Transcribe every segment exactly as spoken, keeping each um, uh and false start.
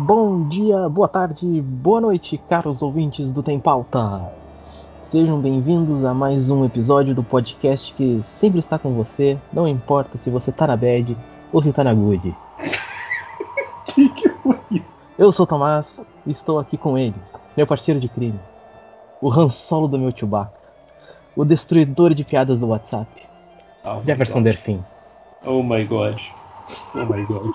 Bom dia, boa tarde, boa noite, caros ouvintes do Tem Pauta. Sejam bem-vindos a mais um episódio do podcast que sempre está com você, não importa se você tá na bad ou se tá na good. Que que foi? Eu sou o Tomás e estou aqui com ele, meu parceiro de crime, o Han Solo do meu Chewbacca, o destruidor de piadas do WhatsApp, Oh Jefferson Delfim. Oh my god. Oh my god.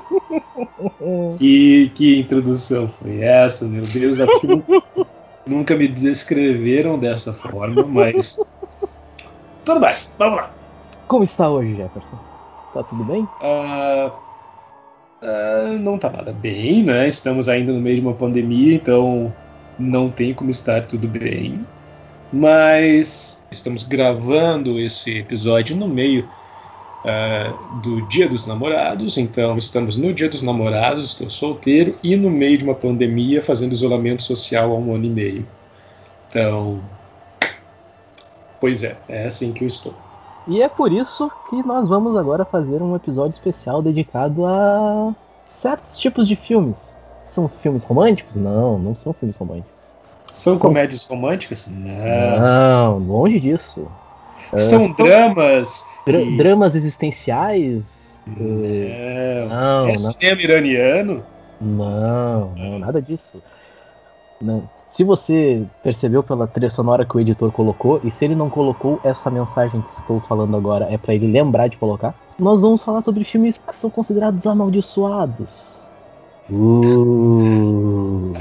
que, que introdução foi essa, meu Deus? Acho que nunca, nunca me descreveram dessa forma, mas tudo bem, vamos lá. Como está hoje, Jefferson? Tá tudo bem? Uh, uh, não tá nada bem, né? Estamos ainda no meio de uma pandemia, então não tem como estar tudo bem. Mas estamos gravando esse episódio no meio uh, do Dia dos Namorados, então estamos no Dia dos Namorados, estou solteiro e no meio de uma pandemia fazendo isolamento social há um ano e meio. Então, pois é, é assim que eu estou. E é por isso que nós vamos agora fazer um episódio especial dedicado a certos tipos de filmes. São filmes românticos? Não, não são filmes românticos. São comédias românticas? Não. Não, longe disso. São uh, dramas? Dra- que... Dramas existenciais? Não. Não, é não. cinema iraniano? Não, não, nada disso. Não. Se você percebeu pela trilha sonora que o editor colocou, e se ele não colocou essa mensagem que estou falando agora, é pra ele lembrar de colocar, nós vamos falar sobre filmes que são considerados amaldiçoados. Uh.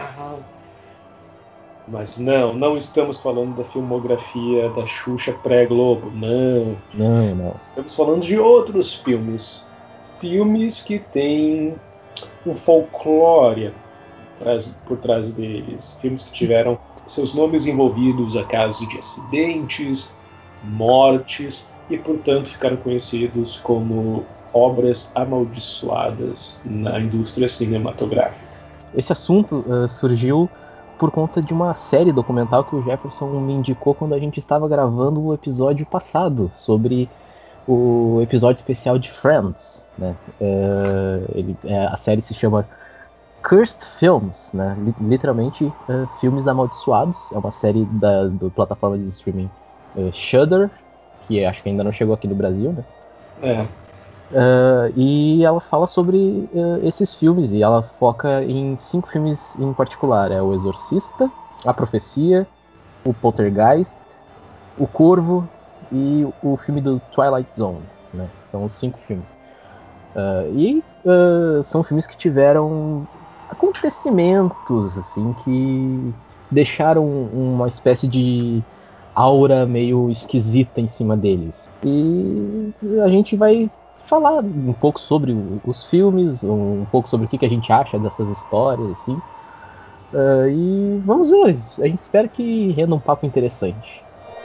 Mas não, não estamos falando da filmografia da Xuxa pré-Globo, não. Não, não. Estamos falando de outros filmes. Filmes que têm um folclore por trás deles. Filmes que tiveram seus nomes envolvidos a casos de acidentes, mortes, e portanto ficaram conhecidos como obras amaldiçoadas na indústria cinematográfica. Esse assunto uh, surgiu por conta de uma série documental que o Jefferson me indicou quando a gente estava gravando o episódio passado, sobre o episódio especial de Friends, né? Uh, ele, a série se chama Cursed Films, né? Literalmente uh, filmes amaldiçoados. É uma série da do plataforma de streaming uh, Shudder, que acho que ainda não chegou aqui no Brasil, né? É. Uh, e ela fala sobre uh, esses filmes, e ela foca em cinco filmes em particular. É o Exorcista, A Profecia, o Poltergeist, o Corvo e o filme do Twilight Zone, né? São os cinco filmes. Uh, e uh, são filmes que tiveram acontecimentos assim que deixaram uma espécie de aura meio esquisita em cima deles. E a gente vai falar um pouco sobre os filmes, um pouco sobre o que a gente acha dessas histórias, assim. Uh, e vamos ver, a gente espera que renda um papo interessante.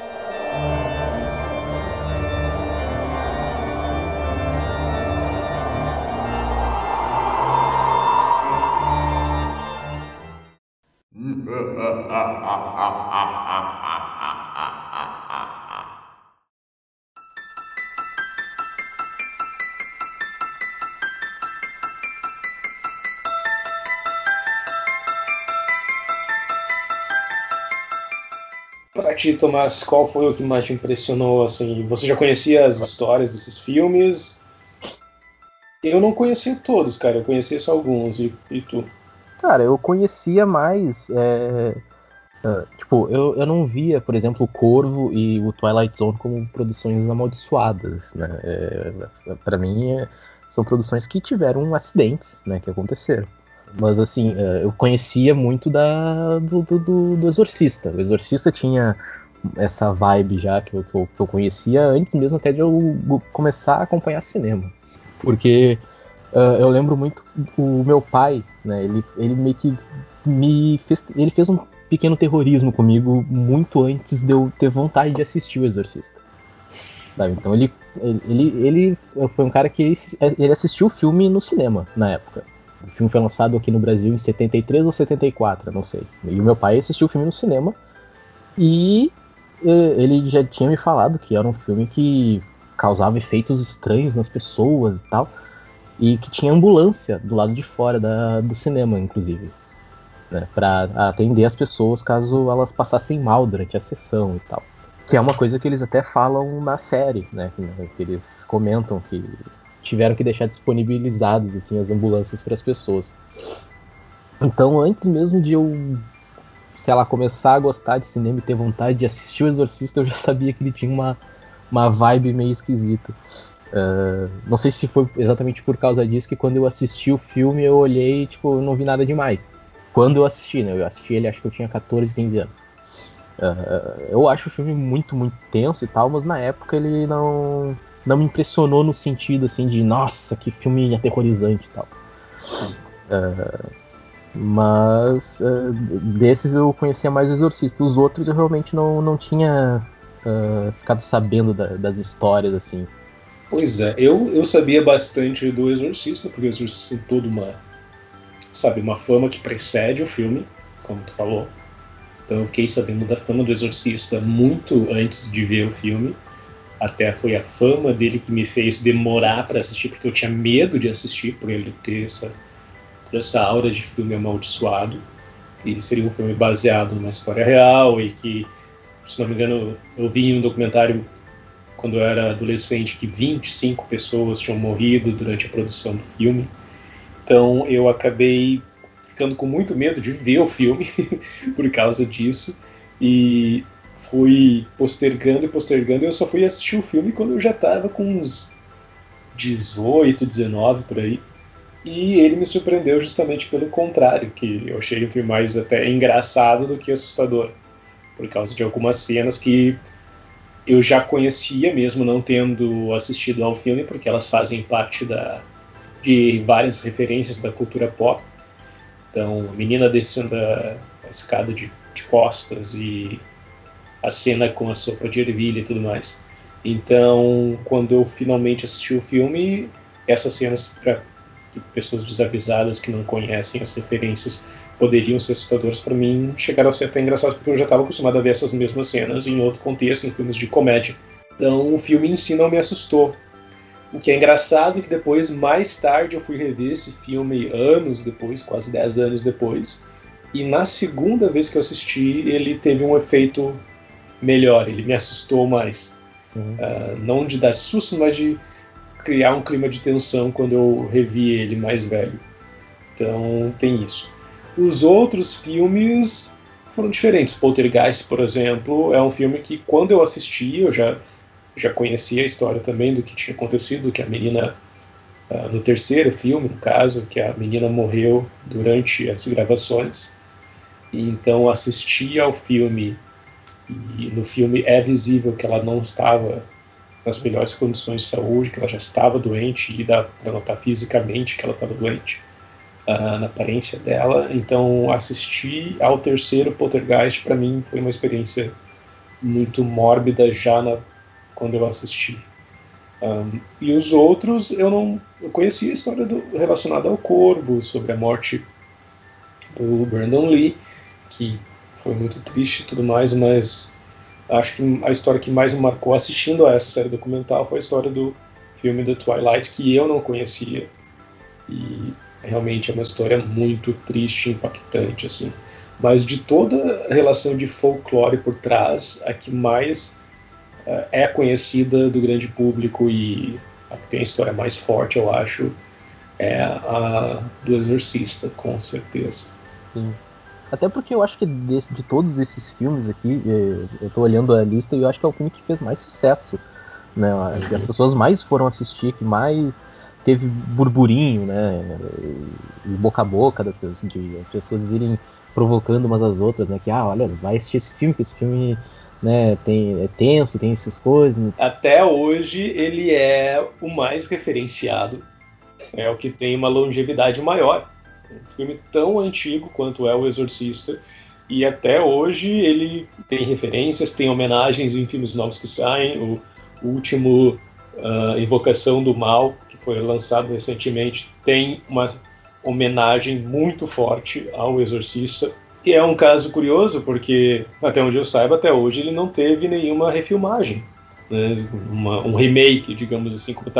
Pra ti, Tomás, qual foi o que mais te impressionou, assim? Você já conhecia as histórias desses filmes? Eu não conhecia todos, cara. Eu conhecia só alguns. E, e tu? Cara, eu conhecia mais... É... Uh, tipo, eu, eu não via, por exemplo, o Corvo e o Twilight Zone como produções amaldiçoadas, né? É, pra mim, é, são produções que tiveram acidentes, né? Que aconteceram. Mas, assim, eu conhecia muito da, do, do, do Exorcista. O Exorcista tinha essa vibe já que eu, que eu, que eu conhecia antes mesmo até de eu começar a acompanhar cinema. Porque uh, eu lembro muito o meu pai, né? Ele, ele meio que me fez... Ele fez um pequeno terrorismo comigo muito antes de eu ter vontade de assistir o Exorcista. Sabe? Então ele, ele, ele foi um cara que ele assistiu o filme no cinema na época. O filme foi lançado aqui no Brasil em setenta e três ou setenta e quatro, não sei. E o meu pai assistiu o filme no cinema e ele já tinha me falado que era um filme que causava efeitos estranhos nas pessoas e tal. e que tinha ambulância do lado de fora da, do cinema, inclusive, né, para atender as pessoas caso elas passassem mal durante a sessão e tal. Que é uma coisa que eles até falam na série, né, que, que eles comentam que tiveram que deixar disponibilizadas assim, as ambulâncias para as pessoas. Então, antes mesmo de eu, sei lá, começar a gostar de cinema e ter vontade de assistir O Exorcista, eu já sabia que ele tinha uma, uma vibe meio esquisita. Uh, não sei se foi exatamente por causa disso que quando eu assisti o filme eu olhei e tipo, não vi nada demais. Quando eu assisti, né? Eu assisti ele, acho que eu tinha catorze, quinze anos. Uh, eu acho o filme muito, muito tenso e tal, mas na época ele não, não me impressionou no sentido assim de nossa, que filme aterrorizante e tal. Uh, mas uh, desses eu conhecia mais O Exorcista. Os outros eu realmente não, não tinha uh, ficado sabendo da, das histórias assim. Pois é, eu, eu sabia bastante do Exorcista, porque o Exorcista tem toda uma, sabe, uma fama que precede o filme, como tu falou. Então eu fiquei sabendo da fama do Exorcista muito antes de ver o filme. Até foi a fama dele que me fez demorar para assistir, porque eu tinha medo de assistir, por ele ter essa, essa aura de filme amaldiçoado. E seria um filme baseado numa história real e que, se não me engano, eu vi em um documentário quando eu era adolescente que vinte e cinco pessoas tinham morrido durante a produção do filme. Então eu acabei ficando com muito medo de ver o filme por causa disso. E fui postergando e postergando. E eu só fui assistir o filme quando eu já estava com uns dezoito, dezenove por aí. E ele me surpreendeu justamente pelo contrário, que eu achei o filme mais até engraçado do que assustador, por causa de algumas cenas que eu já conhecia, mesmo não tendo assistido ao filme, porque elas fazem parte da, de várias referências da cultura pop. Então, a menina descendo a, a escada de, de costas e a cena com a sopa de ervilha e tudo mais. Então, quando eu finalmente assisti o filme, essas cenas, para pessoas desavisadas que não conhecem as referências, poderiam ser assustadoras, para mim chegaram a ser até engraçados, porque eu já estava acostumado a ver essas mesmas cenas em outro contexto, em filmes de comédia. Então o filme em si não me assustou. O que é engraçado é que depois, mais tarde, eu fui rever esse filme anos depois, quase dez anos depois, e na segunda vez que eu assisti, ele teve um efeito melhor, ele me assustou mais. Uhum. Uh, não de dar susto, mas de criar um clima de tensão quando eu revi ele mais velho. Então tem isso. Os outros filmes foram diferentes. Poltergeist, por exemplo, é um filme que quando eu assisti, eu já, já conhecia a história também do que tinha acontecido, que a menina, uh, no terceiro filme, no caso, que a menina morreu durante as gravações. E então assisti ao filme, e no filme é visível que ela não estava nas melhores condições de saúde, que ela já estava doente, e dá para notar fisicamente que ela estava doente. Uh, na aparência dela. Então assistir ao terceiro Poltergeist para mim foi uma experiência muito mórbida já na, quando eu assisti. Um, e os outros eu não eu conhecia a história do, relacionada ao Corvo, sobre a morte do Brandon Lee, que foi muito triste e tudo mais, mas acho que a história que mais me marcou assistindo a essa série documental foi a história do filme The Twilight, que eu não conhecia, e realmente é uma história muito triste e impactante, assim. Mas de toda a relação de folclore por trás, a que mais uh, é conhecida do grande público e a que tem a história mais forte, eu acho, é a do Exorcista, com certeza. Sim. Até porque eu acho que de, de todos esses filmes aqui, eu tô olhando a lista e eu acho que é o filme que fez mais sucesso, né? Uhum. Que as pessoas mais foram assistir, que mais teve burburinho, né, e boca a boca das pessoas, de pessoas irem provocando umas às outras, né, que, ah, olha, vai assistir esse filme, que esse filme, né, tem, é tenso, tem essas coisas. Até hoje ele é o mais referenciado, é o que tem uma longevidade maior. Um filme tão antigo quanto é O Exorcista, e até hoje ele tem referências, tem homenagens em filmes novos que saem. O, o último uh, Invocação do Mal, foi lançado recentemente, tem uma homenagem muito forte ao Exorcista. E é um caso curioso, porque, até onde eu saiba, até hoje ele não teve nenhuma refilmagem, né? Uma, um remake, digamos assim, como está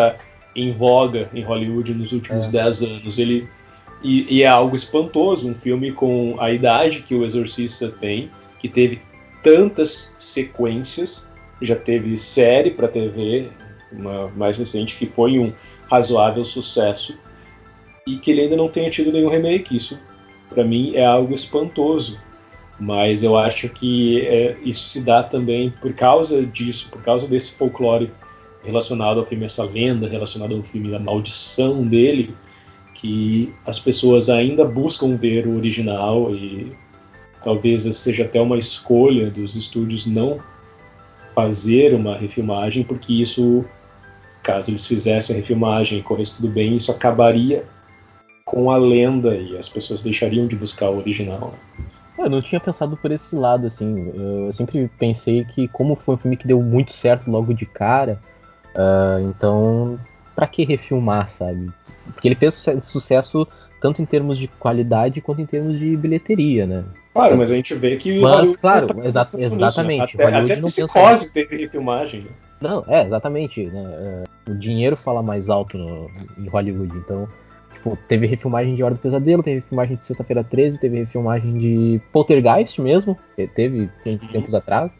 em voga em Hollywood nos últimos É. dez anos. Ele, e, e é algo espantoso, um filme com a idade que o Exorcista tem, que teve tantas sequências, já teve série para T V, uma mais recente, que foi um razoável sucesso, e que ele ainda não tenha tido nenhum remake. Isso, para mim, é algo espantoso. Mas eu acho que é, isso se dá também por causa disso, por causa desse folclore relacionado ao filme, essa lenda relacionada ao filme, a maldição dele, que as pessoas ainda buscam ver o original, e talvez seja até uma escolha dos estúdios não fazer uma refilmagem, porque isso, caso eles fizessem a refilmagem e corresse tudo bem, isso acabaria com a lenda e as pessoas deixariam de buscar o original. Eu não tinha pensado por esse lado, assim. Eu sempre pensei que, como foi um filme que deu muito certo logo de cara, uh, então, pra que refilmar, sabe? Porque ele fez sucesso tanto em termos de qualidade quanto em termos de bilheteria, né? Claro, mas a gente vê que Mas, Hollywood claro, não exa pensa nisso, exatamente. né? Até, Hollywood até não pensa Psicose teve refilmagem. Né? Não, é, exatamente. Né? O dinheiro fala mais alto no, em Hollywood, então... Tipo, teve refilmagem de Hora do Pesadelo, teve refilmagem de Sexta-feira treze, teve refilmagem de Poltergeist mesmo, teve tem, Uhum. tempos atrás.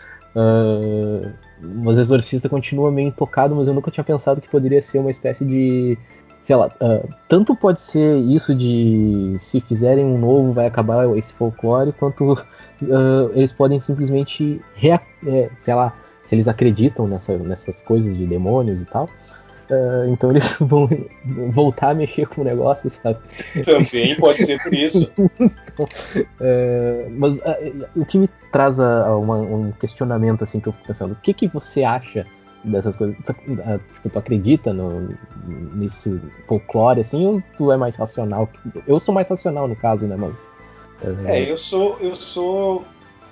Uh, mas Exorcista continua meio intocado, mas eu nunca tinha pensado que poderia ser uma espécie de... Sei lá, uh, tanto pode ser isso de se fizerem um novo vai acabar esse folclore, quanto uh, eles podem simplesmente, rea, é, sei lá, se eles acreditam nessa, nessas coisas de demônios e tal, uh, então eles vão voltar a mexer com o negócio, sabe? Também pode ser por isso. Então, uh, mas uh, o que me traz a, a uma, um questionamento assim que eu fico pensando, o que, que você acha dessas coisas? Tu, uh, tipo, tu acredita no, nesse folclore assim, ou tu é mais racional? Eu sou mais racional no caso, né, mas... Uh... É, eu sou, eu sou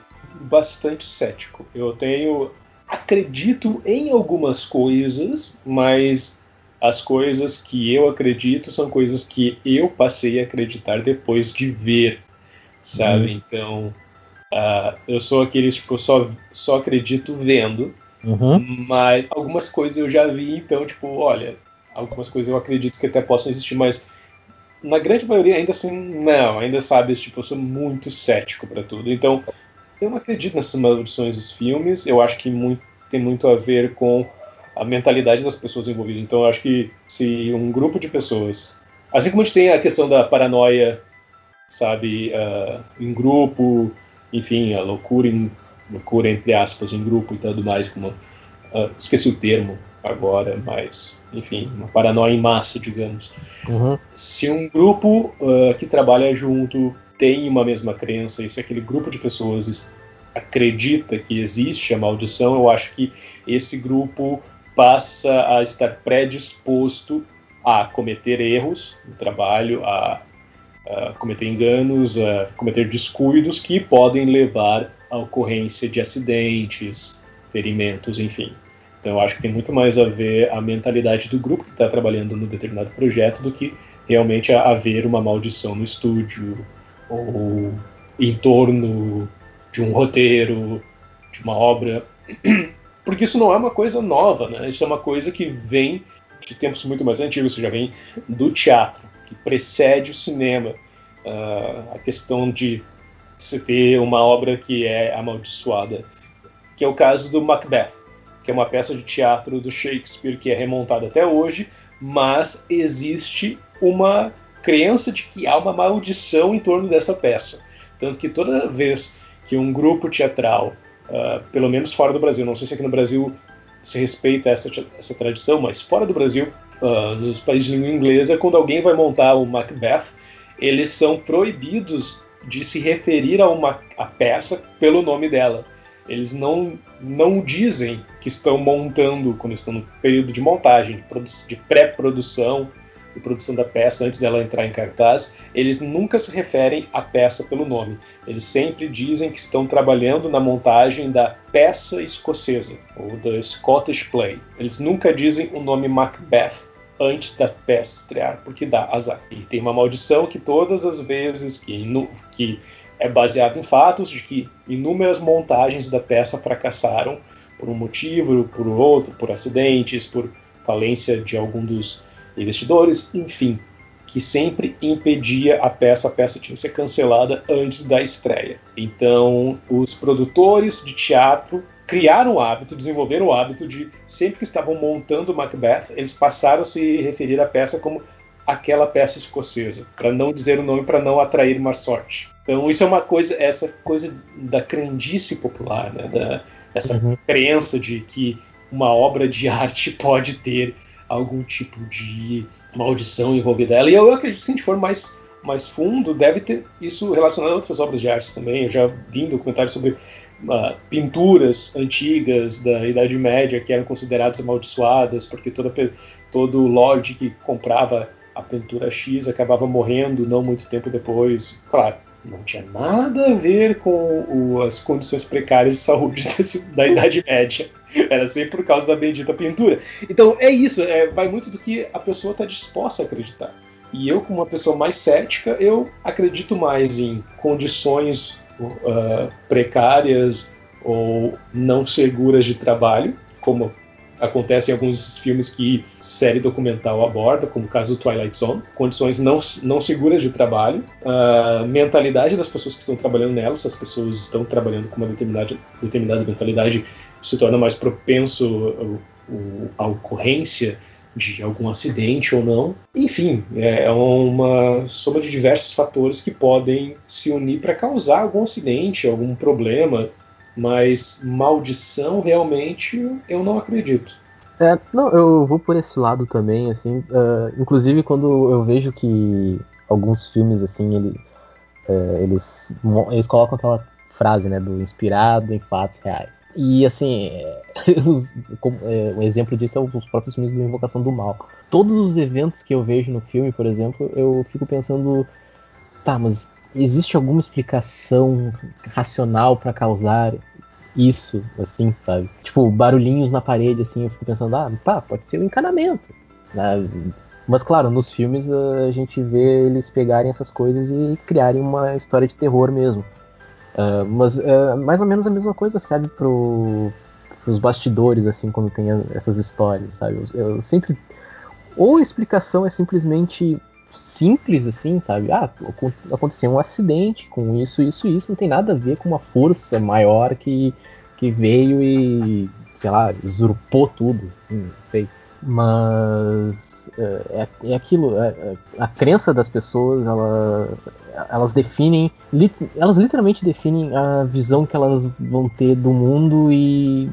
bastante cético. Eu tenho... Acredito em algumas coisas, mas as coisas que eu acredito são coisas que eu passei a acreditar depois de ver, sabe? Uhum. Então, uh, eu sou aquele, tipo, eu só, só acredito vendo, uhum. mas algumas coisas eu já vi, então, tipo, olha, algumas coisas eu acredito que até possam existir, mas na grande maioria, ainda assim, não, ainda sabe, tipo, eu sou muito cético para tudo. Então, eu não acredito nessas maldições dos filmes, eu acho que muito, tem muito a ver com a mentalidade das pessoas envolvidas. Então, eu acho que se um grupo de pessoas, assim como a gente tem a questão da paranoia, sabe, uh, em grupo, enfim, a loucura, em, loucura entre aspas, em grupo e tudo mais, como, uh, esqueci o termo agora, mas, enfim, uma paranoia em massa, digamos. Uhum. Se um grupo uh, que trabalha junto tem uma mesma crença, e se aquele grupo de pessoas acredita que existe a maldição, eu acho que esse grupo passa a estar predisposto a cometer erros no trabalho, a, a cometer enganos, a cometer descuidos que podem levar à ocorrência de acidentes, ferimentos, enfim. Então eu acho que tem muito mais a ver a mentalidade do grupo que está trabalhando no determinado projeto do que realmente haver uma maldição no estúdio ou em torno de um roteiro, de uma obra. Porque isso não é uma coisa nova, né? Isso é uma coisa que vem de tempos muito mais antigos, que já vem do teatro, que precede o cinema. Uh, a questão de você ter uma obra que é amaldiçoada, que é o caso do Macbeth, que é uma peça de teatro do Shakespeare que é remontada até hoje, mas existe uma crença de que há uma maldição em torno dessa peça. Tanto que toda vez que um grupo teatral, uh, pelo menos fora do Brasil, não sei se aqui no Brasil se respeita essa, essa tradição, mas fora do Brasil, uh, nos países de língua inglesa, quando alguém vai montar o Macbeth, eles são proibidos de se referir a uma a peça pelo nome dela. Eles não, não dizem que estão montando, quando estão no período de montagem, de pré-produção, de produção da peça, antes dela entrar em cartaz, eles nunca se referem à peça pelo nome. Eles sempre dizem que estão trabalhando na montagem da peça escocesa, ou da Scottish Play. Eles nunca dizem o nome Macbeth antes da peça estrear, porque dá azar. E tem uma maldição que todas as vezes que... que é baseado em fatos de que inúmeras montagens da peça fracassaram por um motivo, por outro, por acidentes, por falência de algum dos investidores, enfim, que sempre impedia a peça, a peça tinha que ser cancelada antes da estreia. Então, os produtores de teatro criaram o hábito, desenvolveram o hábito de, sempre que estavam montando Macbeth, eles passaram a se referir à peça como aquela peça escocesa, para não dizer o nome, para não atrair má sorte. Então, isso é uma coisa, essa coisa da crendice popular, né? Da, essa uhum. crença de que uma obra de arte pode ter algum tipo de maldição envolvida nela. E eu acredito que se a gente for mais, mais fundo, deve ter isso relacionado a outras obras de arte também. Eu já vi um documentário sobre uh, pinturas antigas da Idade Média que eram consideradas amaldiçoadas, porque toda, todo lord que comprava a pintura X acabava morrendo não muito tempo depois. Claro, não tinha nada a ver com o, as condições precárias de saúde desse, da Idade Média. Era sempre por causa da bendita pintura. Então é isso, é, vai muito do que a pessoa está disposta a acreditar. E eu, como uma pessoa mais cética, eu acredito mais em condições uh, precárias ou não seguras de trabalho, como acontece em alguns filmes que série documental aborda, como o caso do Twilight Zone, condições não, não seguras de trabalho, a mentalidade das pessoas que estão trabalhando nelas, se as pessoas estão trabalhando com uma determinada, determinada mentalidade, se torna mais propenso à ocorrência de algum acidente ou não. Enfim, é uma soma de diversos fatores que podem se unir para causar algum acidente, algum problema, mas maldição, realmente, eu não acredito. É, não, eu vou por esse lado também, assim, uh, inclusive quando eu vejo que alguns filmes, assim, ele, uh, eles, eles colocam aquela frase, né, do inspirado em fatos reais. E, assim, um exemplo disso é os próprios filmes do Invocação do Mal. Todos os eventos que eu vejo no filme, por exemplo, eu fico pensando, tá, mas existe alguma explicação racional para causar isso, assim, sabe? Tipo, barulhinhos na parede, assim, eu fico pensando, ah, tá, pode ser um encanamento, né? Mas, claro, nos filmes a gente vê eles pegarem essas coisas e criarem uma história de terror mesmo. Uh, mas uh, mais ou menos a mesma coisa serve pro, pros bastidores, assim, quando tem a, essas histórias, sabe? Eu, eu sempre... Ou a explicação é simplesmente simples, assim, sabe? Ah, aconteceu um acidente com isso, isso e isso, não tem nada a ver com uma força maior que, que veio e, sei lá, usurpou tudo, assim, não sei. Mas é, é aquilo, é, a crença das pessoas, ela, elas definem, elas literalmente definem a visão que elas vão ter do mundo e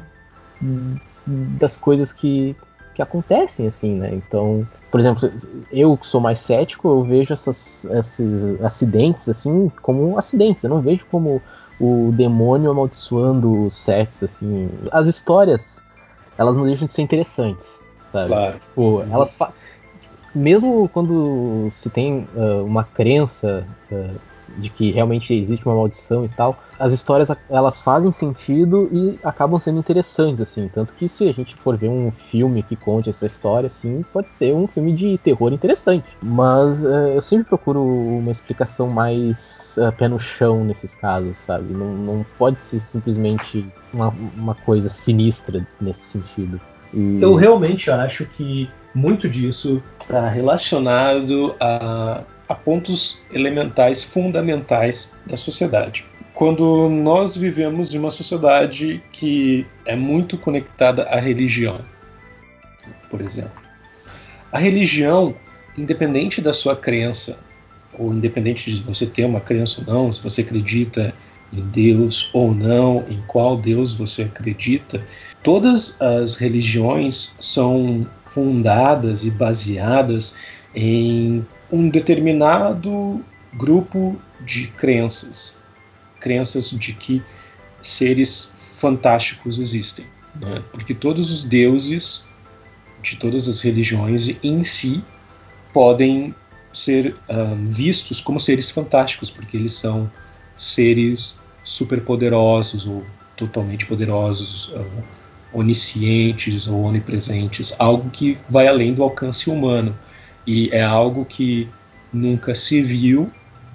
das coisas que, que acontecem, assim, né? Então, por exemplo, eu que sou mais cético, eu vejo essas, esses acidentes, assim, como acidentes. Eu não vejo como o demônio amaldiçoando os sets, assim. As histórias, elas não deixam de ser interessantes, sabe? Claro. Tipo, elas fa... Mesmo quando se tem uh, uma crença uh, de que realmente existe uma maldição e tal, as histórias, elas fazem sentido e acabam sendo interessantes, assim. Tanto que se a gente for ver um filme que conte essa história, assim, pode ser um filme de terror interessante. Mas uh, eu sempre procuro uma explicação mais uh, pé no chão nesses casos, sabe? Não, não pode ser simplesmente uma, uma coisa sinistra nesse sentido. E... Eu realmente acho que muito disso está relacionado a... a pontos elementais, fundamentais da sociedade. Quando nós vivemos em uma sociedade que é muito conectada à religião, por exemplo. A religião, independente da sua crença, ou independente de você ter uma crença ou não, se você acredita em Deus ou não, em qual Deus você acredita, todas as religiões são fundadas e baseadas em um determinado grupo de crenças, crenças de que seres fantásticos existem, né? Porque todos os deuses de todas as religiões em si podem ser um, vistos como seres fantásticos, porque eles são seres superpoderosos ou totalmente poderosos, uh, oniscientes ou onipresentes, algo que vai além do alcance humano. E é algo que nunca se viu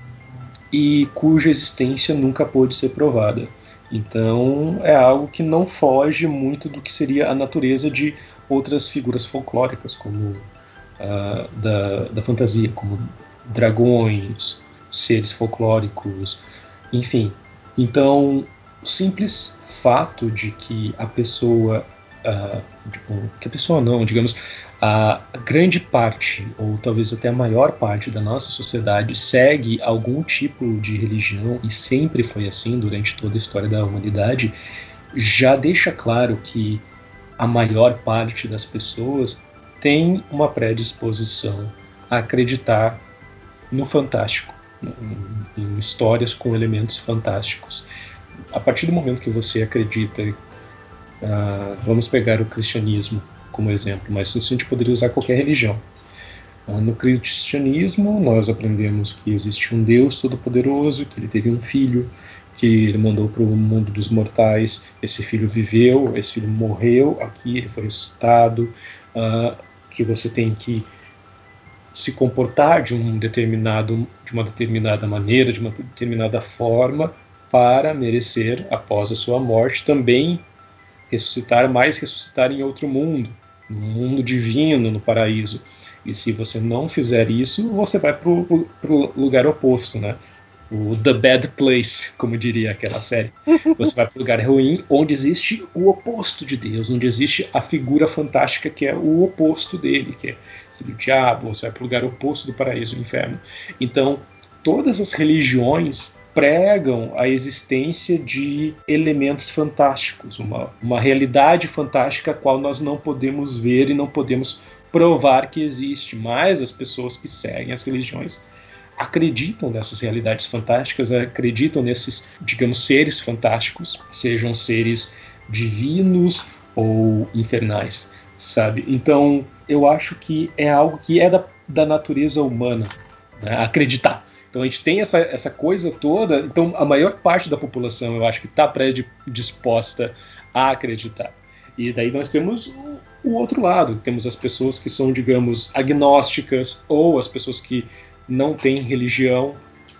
e cuja existência nunca pôde ser provada. Então é algo que não foge muito do que seria a natureza de outras figuras folclóricas, como uh, da, da fantasia, como dragões, seres folclóricos, enfim. Então, o simples fato de que a pessoa, uh, tipo, que a pessoa não, digamos, a grande parte, ou talvez até a maior parte da nossa sociedade segue algum tipo de religião, e sempre foi assim durante toda a história da humanidade, já deixa claro que a maior parte das pessoas tem uma predisposição a acreditar no fantástico, em, em histórias com elementos fantásticos. A partir do momento que você acredita, uh, vamos pegar o cristianismo como exemplo, mas isso a gente poderia usar qualquer religião. Uh, no cristianismo, nós aprendemos que existe um Deus todo-poderoso, que ele teve um filho, que ele mandou para o mundo dos mortais. Esse filho viveu, esse filho morreu aqui, ele foi ressuscitado, uh, que você tem que se comportar de um determinado, de uma determinada maneira, de uma determinada forma, para merecer, após a sua morte, também ressuscitar, mais ressuscitar em outro mundo, no mundo divino, no paraíso. E se você não fizer isso, você vai para o lugar oposto, né? O The Bad Place, como diria aquela série. Você vai para o lugar ruim, onde existe o oposto de Deus, onde existe a figura fantástica que é o oposto dele, que é o diabo. Você vai para o lugar oposto do paraíso, o inferno. Então, todas as religiões pregam a existência de elementos fantásticos, uma, uma realidade fantástica a qual nós não podemos ver e não podemos provar que existe, mas as pessoas que seguem as religiões acreditam nessas realidades fantásticas, acreditam nesses, digamos, seres fantásticos, sejam seres divinos ou infernais, sabe? Então, eu acho que é algo que é da, da natureza humana, né? Acreditar. Então a gente tem essa, essa coisa toda, então a maior parte da população, eu acho que está predisposta a acreditar. E daí nós temos o, o outro lado, temos as pessoas que são, digamos, agnósticas, ou as pessoas que não têm religião,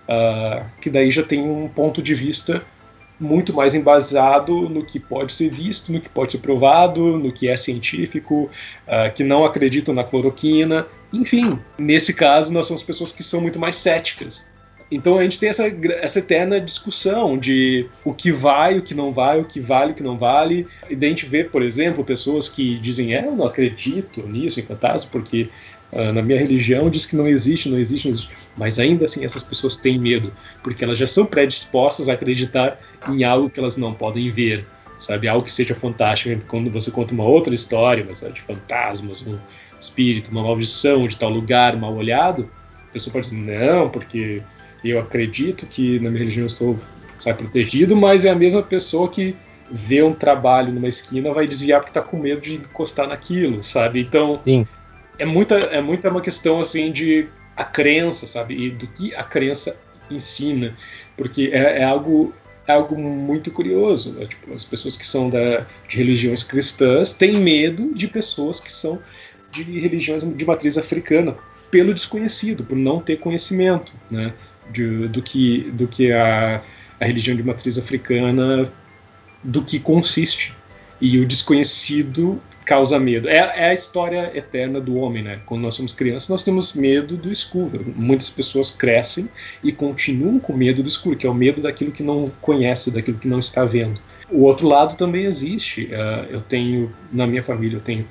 uh, que daí já tem um ponto de vista muito mais embasado no que pode ser visto, no que pode ser provado, no que é científico, uh, que não acreditam na cloroquina. Enfim, nesse caso, nós somos pessoas que são muito mais céticas. Então a gente tem essa, essa eterna discussão de o que vai, o que não vai, o que vale, o que não vale. E daí a gente vê, por exemplo, pessoas que dizem, é, eu não acredito nisso, em fantasma, porque uh, na minha religião diz que não existe, não existe, não existe. Mas ainda assim essas pessoas têm medo, porque elas já são predispostas a acreditar em algo que elas não podem ver, sabe? Algo que seja fantástico. Quando você conta uma outra história, mas de fantasmas, um espírito, uma maldição de tal lugar mal olhado, a pessoa pode dizer, não, porque eu acredito que na minha religião eu estou sabe, protegido, mas é a mesma pessoa que vê um trabalho numa esquina vai desviar porque está com medo de encostar naquilo, sabe? Então, Sim. é muita, é muita uma questão assim de a crença, sabe? E do que a crença ensina, porque é, é algo é algo muito curioso, né? Tipo, as pessoas que são da, de religiões cristãs têm medo de pessoas que são de religiões de matriz africana, pelo desconhecido, por não ter conhecimento, né, de, do que, do que a, a religião de matriz africana, do que consiste. E o desconhecido causa medo. É, é a história eterna do homem, né? Quando nós somos crianças, nós temos medo do escuro. Muitas pessoas crescem e continuam com medo do escuro, que é o medo daquilo que não conhece, daquilo que não está vendo. O outro lado também existe. Uh, eu tenho, na minha família, eu tenho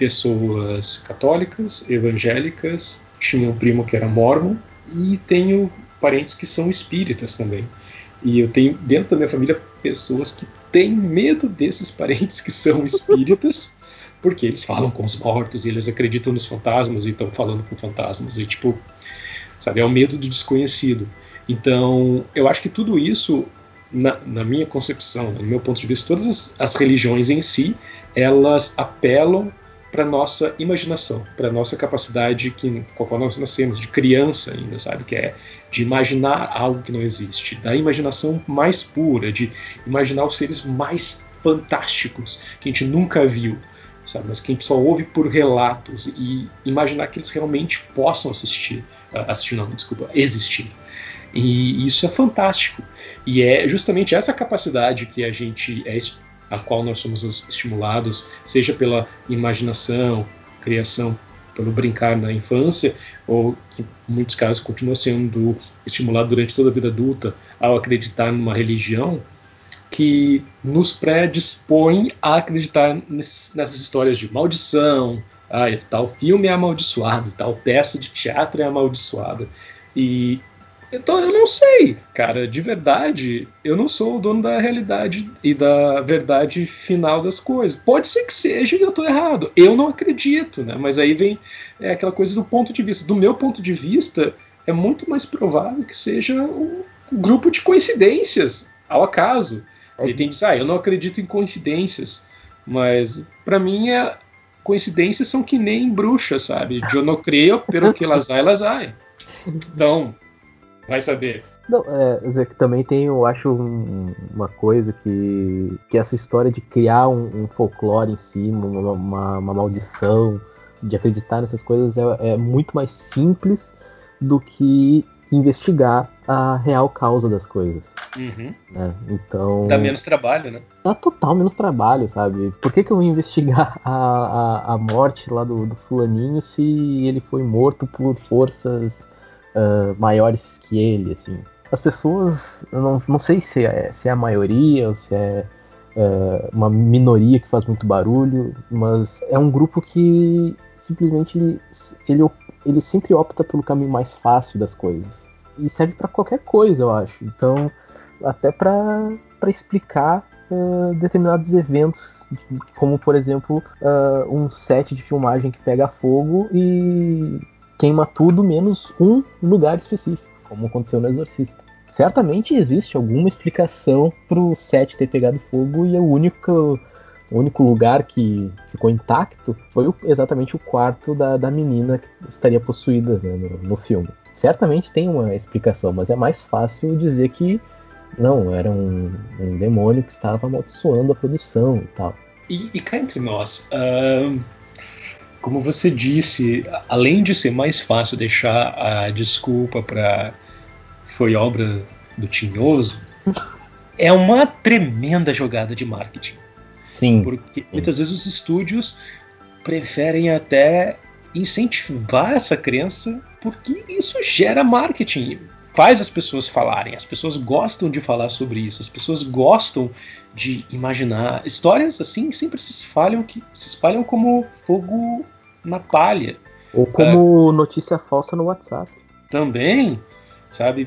pessoas católicas, evangélicas, tinha um primo que era mórmon, e tenho parentes que são espíritas também. E eu tenho dentro da minha família pessoas que têm medo desses parentes que são espíritas, porque eles falam com os mortos, e eles acreditam nos fantasmas, e estão falando com fantasmas, e tipo, sabe, é o medo do desconhecido. Então, eu acho que tudo isso, na, na minha concepção, no meu ponto de vista, todas as, as religiões em si, elas apelam para nossa imaginação, para nossa capacidade que, com a qual nós nascemos, de criança ainda, sabe? Que é de imaginar algo que não existe, da imaginação mais pura, de imaginar os seres mais fantásticos que a gente nunca viu, sabe? Mas que a gente só ouve por relatos, e imaginar que eles realmente possam assistir, assistir não, desculpa, existir. E isso é fantástico. E é justamente essa capacidade que a gente é a qual nós somos estimulados, seja pela imaginação, criação, pelo brincar na infância, ou que em muitos casos continua sendo estimulado durante toda a vida adulta ao acreditar numa religião, que nos predispõe a acreditar nessas histórias de maldição, ah, tal filme é amaldiçoado, tal peça de teatro é amaldiçoada. E então eu não sei, cara, de verdade, eu não sou o dono da realidade e da verdade final das coisas. Pode ser que seja e eu tô errado. Eu não acredito, né? Mas aí vem é, aquela coisa do ponto de vista. Do meu ponto de vista, é muito mais provável que seja um grupo de coincidências, ao acaso. Ele tem que dizer, ah, eu não acredito em coincidências, mas para mim é, coincidências são que nem bruxas, sabe? Eu não creio, pero que elas hay, elas hay. Então, vai saber. Não, é, Zé, que também tem, eu acho, um, uma coisa que, que essa história de criar um, um folclore em si, uma, uma, uma maldição, de acreditar nessas coisas é, é muito mais simples do que investigar a real causa das coisas. Uhum. Né? Então... Dá menos trabalho, né? Dá total menos trabalho, sabe? Por que, que eu vou investigar a, a, a morte lá do, do fulaninho se ele foi morto por forças uh, maiores que ele, assim? As pessoas, eu não, não sei se é, se é a maioria ou se é uh, uma minoria que faz muito barulho, mas é um grupo que simplesmente ele, ele sempre opta pelo caminho mais fácil das coisas. E serve pra qualquer coisa, eu acho. Então, até pra, pra explicar uh, determinados eventos, como, por exemplo, uh, um set de filmagem que pega fogo e queima tudo menos um lugar específico, como aconteceu no Exorcista. Certamente existe alguma explicação pro set ter pegado fogo e o único, o único lugar que ficou intacto foi o, exatamente o quarto da, da menina que estaria possuída, né, no, no filme. Certamente tem uma explicação, mas é mais fácil dizer que não, era um, um demônio que estava amaldiçoando a produção e tal. E, e cá entre nós, uh, como você disse, além de ser mais fácil deixar a desculpa para foi obra do Tinhoso, é uma tremenda jogada de marketing. Sim. Porque sim. muitas vezes os estúdios preferem até incentivar essa crença, porque isso gera marketing, faz as pessoas falarem, as pessoas gostam de falar sobre isso, as pessoas gostam de imaginar. Histórias assim sempre se espalham, que, se espalham como fogo na palha. Ou como uh, notícia falsa no WhatsApp. Também, sabe,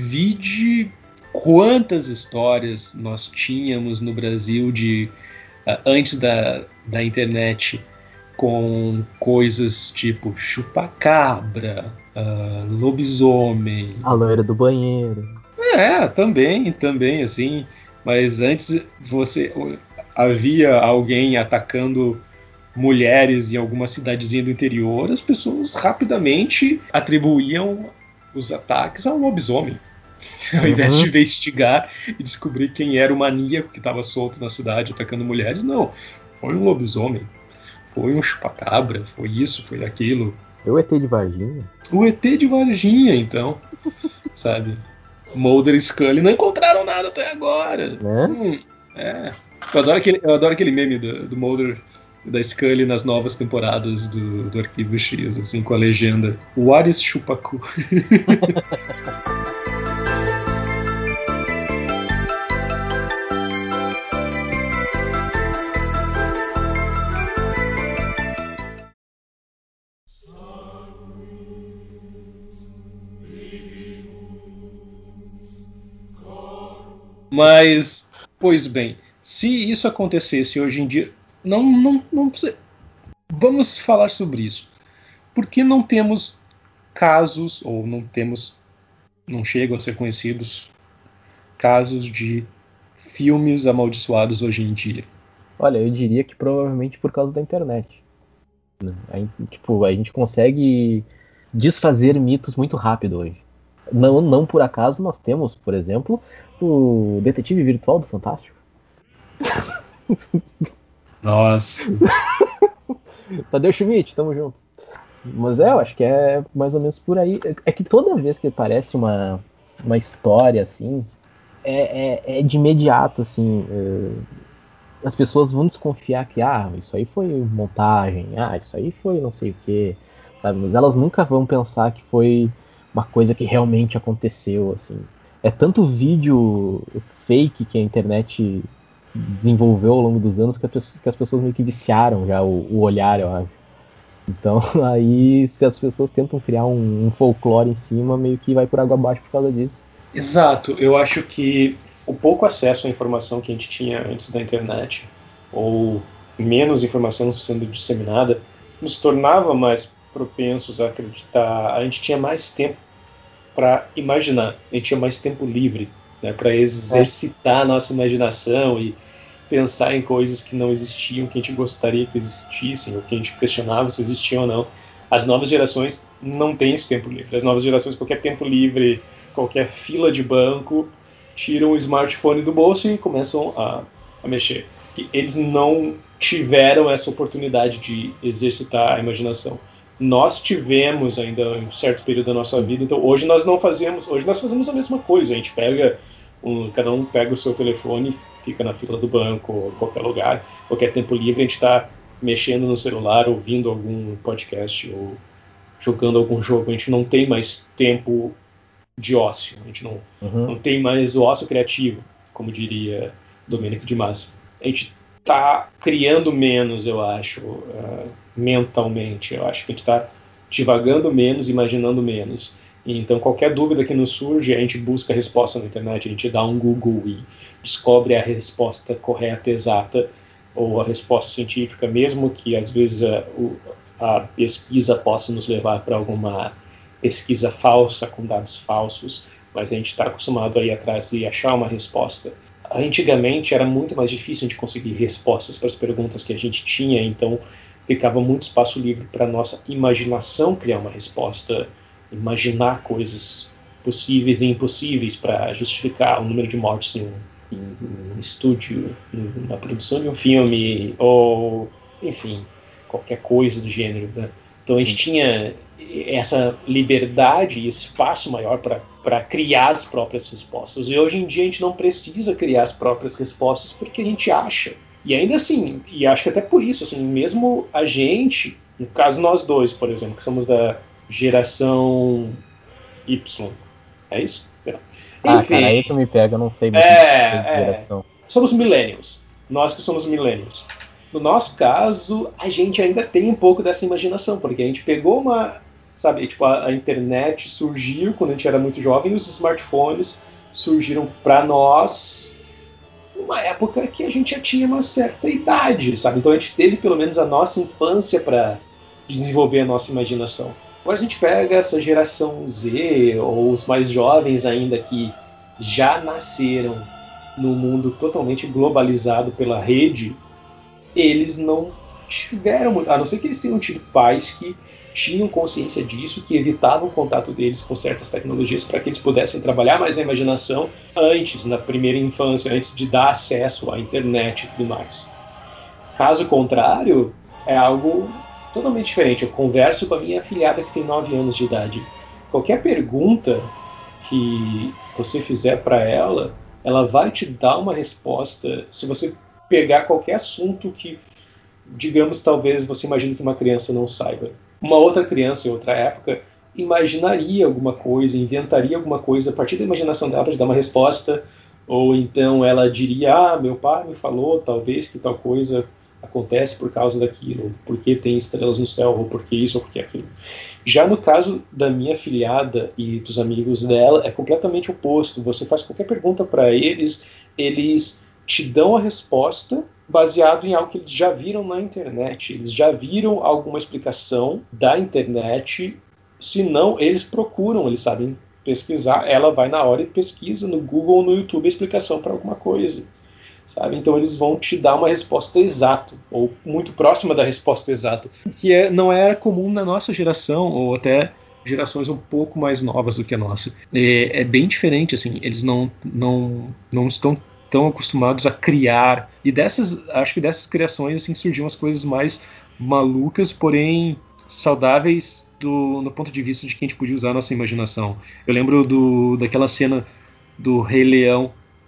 vide quantas histórias nós tínhamos no Brasil de uh, antes da, da internet, com coisas tipo chupacabra, uh, lobisomem. A loira do banheiro. É, também, também, assim. Mas antes você havia alguém atacando mulheres em alguma cidadezinha do interior, as pessoas rapidamente atribuíam os ataques ao lobisomem. Ao invés de investigar e descobrir quem era o maníaco que estava solto na cidade atacando mulheres, não. Foi um lobisomem. Foi um chupacabra, foi isso, foi aquilo. O E T de Varginha? O E T de Varginha, então. Sabe? Mulder e Scully não encontraram nada até agora. Né? Hum, é. Eu adoro aquele, eu adoro aquele meme do, do Mulder e da Scully nas novas temporadas do, do Arquivo X, assim, com a legenda What is Chupacu? Mas, pois bem, se isso acontecesse hoje em dia, não, não, não precisa. Vamos falar sobre isso. Por que não temos casos, ou não temos, não chegam a ser conhecidos, casos de filmes amaldiçoados hoje em dia? Olha, eu diria que provavelmente por causa da internet. A, tipo, a gente consegue desfazer mitos muito rápido hoje. Não, não por acaso nós temos, por exemplo, o Detetive Virtual do Fantástico. Nossa. Tadeu Schmidt, tamo junto. Mas é, eu acho que é mais ou menos por aí. É que toda vez que aparece uma, uma história assim, é, é, é de imediato, assim. É, as pessoas vão desconfiar que, ah, isso aí foi montagem, ah, isso aí foi não sei o quê, sabe? Mas elas nunca vão pensar que foi uma coisa que realmente aconteceu, assim. É tanto vídeo fake que a internet desenvolveu ao longo dos anos que, que as pessoas meio que viciaram já o, o olhar, eu acho. Então, aí, se as pessoas tentam criar um, um folclore em cima, meio que vai por água abaixo por causa disso. Exato, eu acho que o pouco acesso à informação que a gente tinha antes da internet, ou menos informação sendo disseminada, nos tornava mais propensos a acreditar. A gente tinha mais tempo para imaginar, a gente tinha mais tempo livre, né, para exercitar a nossa imaginação e pensar em coisas que não existiam, que a gente gostaria que existissem, ou que a gente questionava se existiam ou não. As novas gerações não têm esse tempo livre. As novas gerações, qualquer tempo livre, qualquer fila de banco, tiram o smartphone do bolso e começam a, a mexer. E eles não tiveram essa oportunidade de exercitar a imaginação. Nós tivemos ainda um certo período da nossa vida, então hoje nós não fazemos, hoje nós fazemos a mesma coisa, a gente pega, um, cada um pega o seu telefone, fica na fila do banco, ou qualquer lugar, qualquer tempo livre, a gente está mexendo no celular, ouvindo algum podcast, ou jogando algum jogo, a gente não tem mais tempo de ócio, a gente não, uhum. não tem mais o ócio criativo, como diria Domênico de Massa. A gente está criando menos, eu acho, uh, mentalmente, eu acho que a gente está divagando menos, imaginando menos. E então, qualquer dúvida que nos surge, a gente busca a resposta na internet, a gente dá um Google e descobre a resposta correta, exata, ou a resposta científica, mesmo que às vezes a, a pesquisa possa nos levar para alguma pesquisa falsa, com dados falsos, mas a gente está acostumado a ir atrás e achar uma resposta. Antigamente era muito mais difícil de conseguir respostas para as perguntas que a gente tinha, então ficava muito espaço livre para a nossa imaginação criar uma resposta, imaginar coisas possíveis e impossíveis para justificar o número de mortes em um, em um estúdio, na produção de um filme, ou, enfim, qualquer coisa do gênero, né? Então a gente tinha essa liberdade e espaço maior para criar as próprias respostas. E hoje em dia a gente não precisa criar as próprias respostas porque a gente acha. E ainda assim, e acho que até por isso, assim, mesmo a gente, no caso nós dois, por exemplo, que somos da geração Y, é isso? Ah, enfim, cara, aí que me pega, eu não sei muito é, de geração. É, somos millennials, nós que somos millennials. No nosso caso, a gente ainda tem um pouco dessa imaginação, porque a gente pegou uma, sabe, tipo, a, a internet surgiu quando a gente era muito jovem, e os smartphones surgiram para nós numa época que a gente já tinha uma certa idade, sabe? Então a gente teve pelo menos a nossa infância para desenvolver a nossa imaginação. Agora a gente pega essa geração Z, ou os mais jovens ainda, que já nasceram num mundo totalmente globalizado pela rede, eles não tiveram muito, a não ser que eles tenham tido pais que tinham consciência disso, que evitavam o contato deles com certas tecnologias para que eles pudessem trabalhar mais a imaginação antes, na primeira infância, antes de dar acesso à internet e tudo mais. Caso contrário, é algo totalmente diferente. Eu converso com a minha afilhada que tem nove anos de idade. Qualquer pergunta que você fizer para ela, ela vai te dar uma resposta. Se você pegar qualquer assunto que, digamos, talvez você imagine que uma criança não saiba. Uma outra criança, em outra época, imaginaria alguma coisa, inventaria alguma coisa a partir da imaginação dela para te dar uma resposta, ou então ela diria, ah, meu pai me falou, talvez, que tal coisa acontece por causa daquilo, ou porque tem estrelas no céu, ou porque isso, ou porque aquilo. Já no caso da minha afilhada e dos amigos dela, é completamente oposto. Você faz qualquer pergunta para eles, eles te dão a resposta baseado em algo que eles já viram na internet. Eles já viram alguma explicação da internet. Se não, eles procuram, eles sabem pesquisar. Ela vai na hora e pesquisa no Google ou no YouTube a explicação para alguma coisa, sabe? Então eles vão te dar uma resposta exata, ou muito próxima da resposta exata, que é, não era comum na nossa geração, ou até gerações um pouco mais novas do que a nossa. É, é bem diferente, assim, eles não, não, não estão tão acostumados a criar, e dessas, acho que dessas criações assim, surgiam as coisas mais malucas, porém saudáveis do, no ponto de vista de que a gente podia usar a nossa imaginação. Eu lembro do, daquela cena do Rei Leão,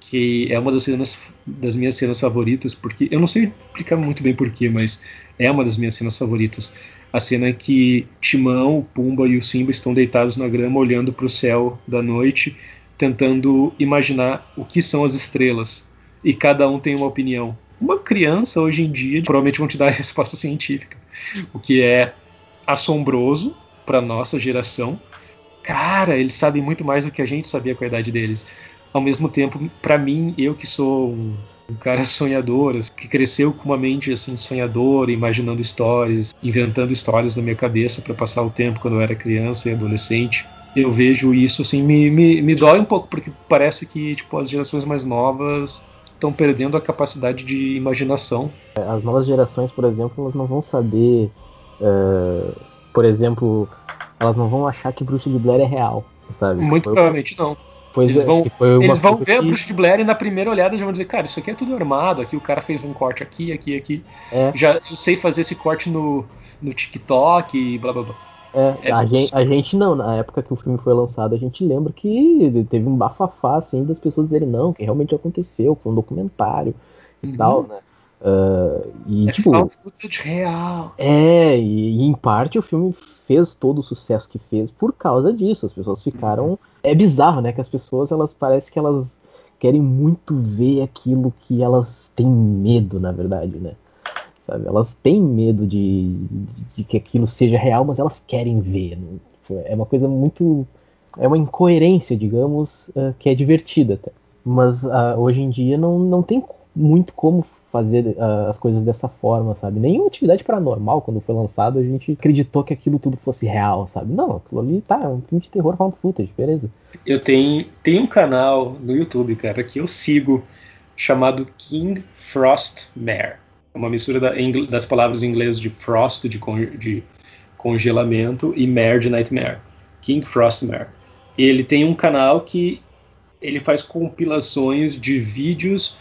que é uma das cenas das minhas cenas favoritas, porque eu não sei explicar muito bem porquê, mas é uma das minhas cenas favoritas. A cena que Timão, o Pumba e o Simba estão deitados na grama olhando para o céu da noite, tentando imaginar o que são as estrelas. E cada um tem uma opinião. Uma criança, hoje em dia, provavelmente vão te dar a resposta científica. O que é assombroso para nossa geração. Cara, eles sabem muito mais do que a gente sabia com a idade deles. Ao mesmo tempo, para mim, eu que sou um, um cara sonhador, que cresceu com uma mente assim sonhadora, imaginando histórias, inventando histórias na minha cabeça para passar o tempo quando eu era criança e adolescente, eu vejo isso assim, me, me, me dói um pouco, porque parece que tipo, as gerações mais novas estão perdendo a capacidade de imaginação. As novas gerações, por exemplo, elas não vão saber, uh, por exemplo, elas não vão achar que Bruxa de Blair é real, sabe? Muito foi, provavelmente não. Pois eles é, vão, eles vão ver que... a Bruxa de Blair e na primeira olhada já vão dizer, cara, isso aqui é tudo armado, aqui o cara fez um corte aqui, aqui, aqui. É. Já eu sei fazer esse corte no, no TikTok e blá blá blá. É, é a, gente, a gente não, na época que o filme foi lançado, a gente lembra que teve um bafafá assim das pessoas dizerem não, que realmente aconteceu, foi um documentário e uhum. tal, né? Uh, e, é tipo, found footage real. É, e, e em parte o filme fez todo o sucesso que fez por causa disso. As pessoas ficaram. Uhum. É bizarro, né? Que as pessoas, elas parece que elas querem muito ver aquilo que elas têm medo, na verdade, né? Sabe? Elas têm medo de, de que aquilo seja real, mas elas querem ver. Né? É uma coisa muito. É uma incoerência, digamos, uh, que é divertida até. Mas uh, hoje em dia não, não tem muito como fazer uh, as coisas dessa forma, sabe? Nenhuma atividade paranormal, quando foi lançado, a gente acreditou que aquilo tudo fosse real, sabe? Não, aquilo ali tá, é um filme de terror found footage, beleza. Eu tenho, tenho um canal no YouTube, cara, que eu sigo, chamado King Frostmare. É uma mistura da, das palavras em inglês de frost, de, con, de congelamento, e mare, de nightmare. King Frostmare. Ele tem um canal que ele faz compilações de vídeos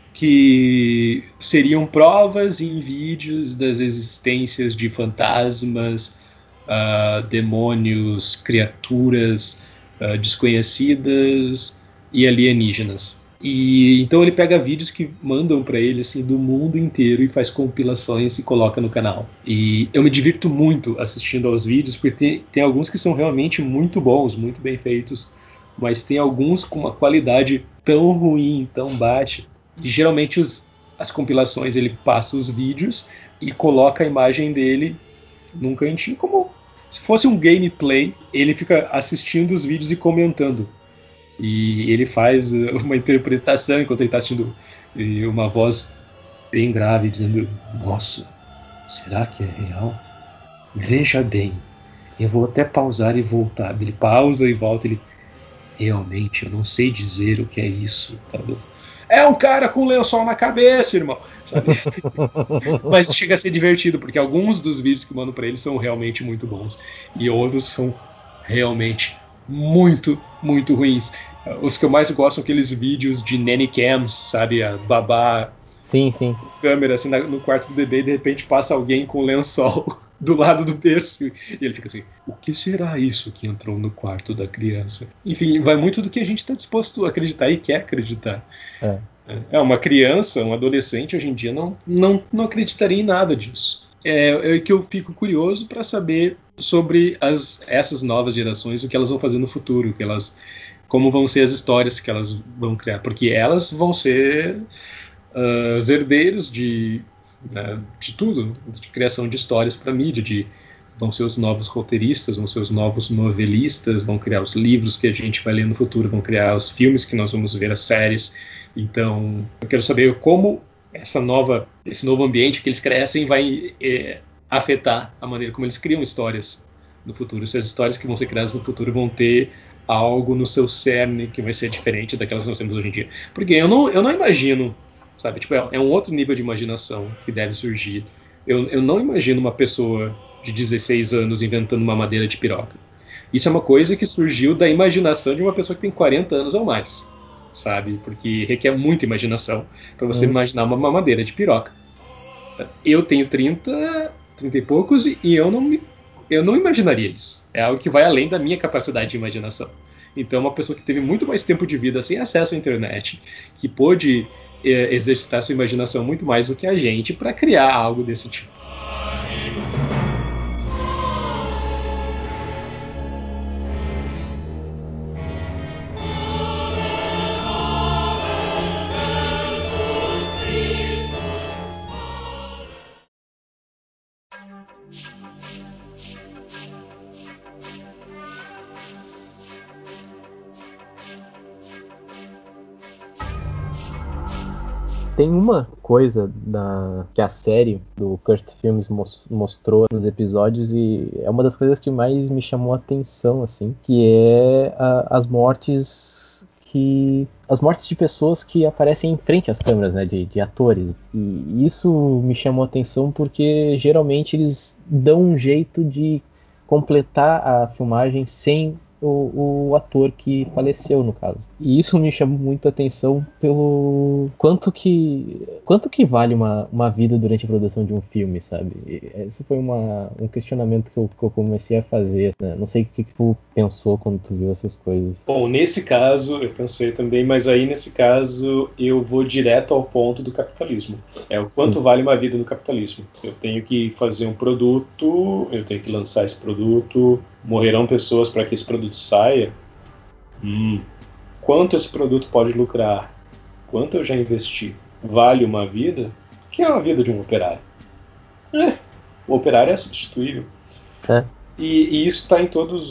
que seriam provas em vídeos das existências de fantasmas, uh, demônios, criaturas uh, desconhecidas e alienígenas. E então ele pega vídeos que mandam para ele assim do mundo inteiro e faz compilações e coloca no canal. E eu me divirto muito assistindo aos vídeos, porque tem, tem alguns que são realmente muito bons, muito bem feitos, mas tem alguns com uma qualidade tão ruim, tão baixa. E geralmente os, as compilações ele passa os vídeos e coloca a imagem dele num cantinho, como se fosse um gameplay. Ele fica assistindo os vídeos e comentando. E ele faz uma interpretação enquanto ele está assistindo, e uma voz bem grave dizendo: nossa, será que é real? Veja bem, eu vou até pausar e voltar. Ele pausa e volta. Ele: realmente, eu não sei dizer o que é isso, tá? É um cara com lençol na cabeça, irmão. Sabe? Mas chega a ser divertido, porque alguns dos vídeos que mandam pra ele são realmente muito bons. E outros são realmente muito, muito ruins. Os que eu mais gosto são aqueles vídeos de nanny cams, sabe? A babá. Sim, sim. Câmera assim no quarto do bebê e de repente passa alguém com lençol do lado do berço. E ele fica assim: o que será isso que entrou no quarto da criança? Enfim, vai muito do que a gente está disposto a acreditar e quer acreditar. É. É, uma criança, um adolescente, hoje em dia não, não, não acreditaria em nada disso. É, é que eu fico curioso para saber sobre as, essas novas gerações, o que elas vão fazer no futuro, que elas, como vão ser as histórias que elas vão criar, porque elas vão ser uh, os herdeiros de, né, de tudo, de criação de histórias para mídia, de, vão ser os novos roteiristas, vão ser os novos novelistas, vão criar os livros que a gente vai ler no futuro, vão criar os filmes que nós vamos ver, as séries. Então, eu quero saber como essa nova, esse novo ambiente que eles crescem vai é, afetar a maneira como eles criam histórias no futuro. Se as histórias que vão ser criadas no futuro vão ter algo no seu cerne que vai ser diferente daquelas que nós temos hoje em dia. Porque eu não, eu não imagino, sabe, tipo, é, é um outro nível de imaginação que deve surgir. Eu, eu não imagino uma pessoa de dezesseis anos inventando uma madeira de piroca. Isso é uma coisa que surgiu da imaginação de uma pessoa que tem quarenta anos ou mais. Sabe? Porque requer muita imaginação para você hum. imaginar uma mamadeira de piroca. Eu tenho trinta, trinta e poucos e eu não, me, eu não imaginaria isso. É algo que vai além da minha capacidade de imaginação. Então, uma pessoa que teve muito mais tempo de vida sem acesso à internet, que pôde é, exercitar sua imaginação muito mais do que a gente para criar algo desse tipo. Tem uma coisa da, que a série do Cursed Films mos, mostrou nos episódios e é uma das coisas que mais me chamou a atenção, assim, que é a, as mortes que... as mortes de pessoas que aparecem em frente às câmeras, né, de, de atores. E isso me chamou a atenção porque geralmente eles dão um jeito de completar a filmagem sem O, o ator que faleceu, no caso. E isso me chamou muita atenção pelo quanto que quanto que vale uma, uma vida durante a produção de um filme, sabe? E esse foi uma, um questionamento que eu, que eu comecei a fazer, né? Não sei o que, que tu pensou quando tu viu essas coisas. Bom, nesse caso eu pensei também, mas aí nesse caso eu vou direto ao ponto do capitalismo. É o quanto Sim. vale uma vida no capitalismo. Eu tenho que fazer um produto, eu tenho que lançar esse produto, morrerão pessoas para que esse produto saia. Hum. Quanto esse produto pode lucrar? Quanto eu já investi? Vale uma vida? O que é a vida de um operário? É, o operário é substituível. É. E, e isso está em todos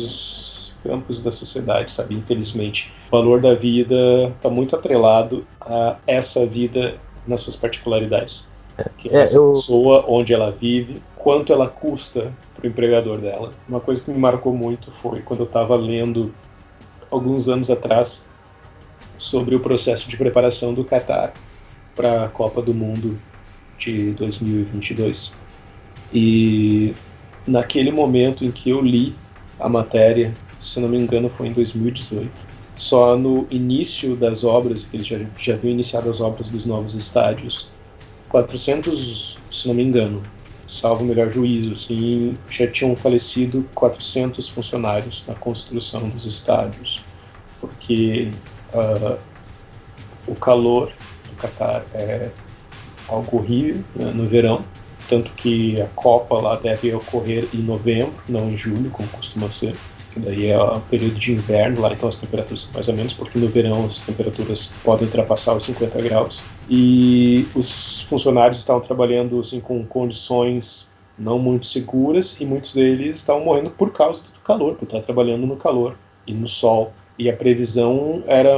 os campos da sociedade, sabe? Infelizmente. O valor da vida está muito atrelado a essa vida nas suas particularidades. Que é, essa eu... pessoa, onde ela vive, quanto ela custa para o empregador dela. Uma coisa que me marcou muito foi quando eu estava lendo, alguns anos atrás, sobre o processo de preparação do Catar para a Copa do Mundo de dois mil e vinte e dois. E naquele momento em que eu li a matéria, se não me engano foi em dois mil e dezoito, só no início das obras, que eles já, já haviam iniciado as obras dos novos estádios, quatrocentos, se não me engano, salvo o melhor juízo, assim, já tinham falecido quatrocentos funcionários na construção dos estádios, porque uh, o calor do Catar é algo horrível, né, no verão, tanto que a Copa lá deve ocorrer em novembro, não em julho, como costuma ser, que daí é o período de inverno lá, então as temperaturas são mais ou menos, porque no verão as temperaturas podem ultrapassar os cinquenta graus. E os funcionários estavam trabalhando assim, com condições não muito seguras, e muitos deles estavam morrendo por causa do calor, por estar trabalhando no calor e no sol. E a previsão era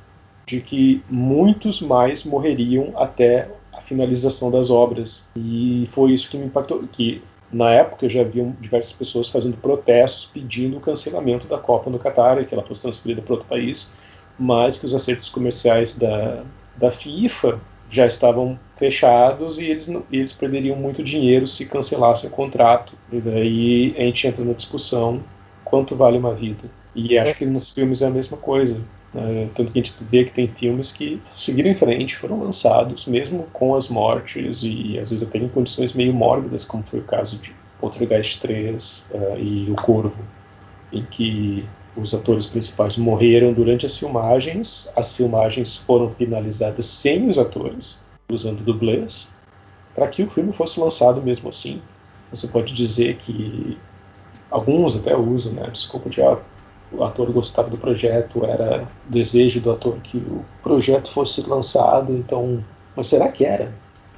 de que muitos mais morreriam até a finalização das obras. E foi isso que me impactou, que na época eu já vi diversas pessoas fazendo protestos pedindo o cancelamento da Copa no Catar, que ela fosse transferida para outro país, mas que os acertos comerciais da, da FIFA já estavam fechados e eles, e eles perderiam muito dinheiro se cancelassem o contrato. E daí a gente entra na discussão quanto vale uma vida. E acho que nos filmes é a mesma coisa. Né? Tanto que a gente vê que tem filmes que seguiram em frente, foram lançados, mesmo com as mortes, e às vezes até em condições meio mórbidas, como foi o caso de Poltergeist três uh, e O Corvo, em que os atores principais morreram durante as filmagens, as filmagens foram finalizadas sem os atores, usando dublês, para que o filme fosse lançado mesmo assim. Você pode dizer que alguns até usam, né, desculpa de ah, o ator gostava do projeto, era desejo do ator que o projeto fosse lançado, então... Mas será que era?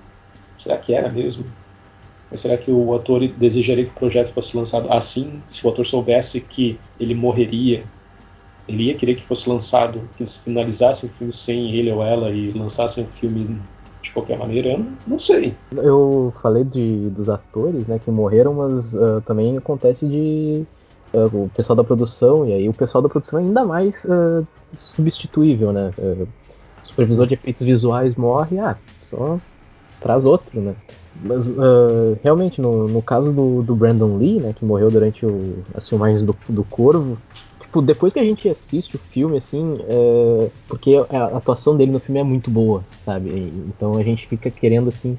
Será que era mesmo? Mas será que o ator desejaria que o projeto fosse lançado assim? Se o ator soubesse que ele morreria, ele ia querer que fosse lançado, que eles finalizassem o filme sem ele ou ela e lançassem o filme de qualquer maneira? Eu não sei. Eu falei de, dos atores, né, que morreram, mas uh, também acontece de... Uh, o pessoal da produção, e aí o pessoal da produção é ainda mais uh, substituível, né? Uh, o supervisor de efeitos visuais morre, ah, só traz outro, né? Mas uh, realmente, no, no caso do, do Brandon Lee, né, que morreu durante o, as filmagens do, do Corvo, tipo, depois que a gente assiste o filme, assim, é, porque a atuação dele no filme é muito boa, sabe? Então a gente fica querendo, assim,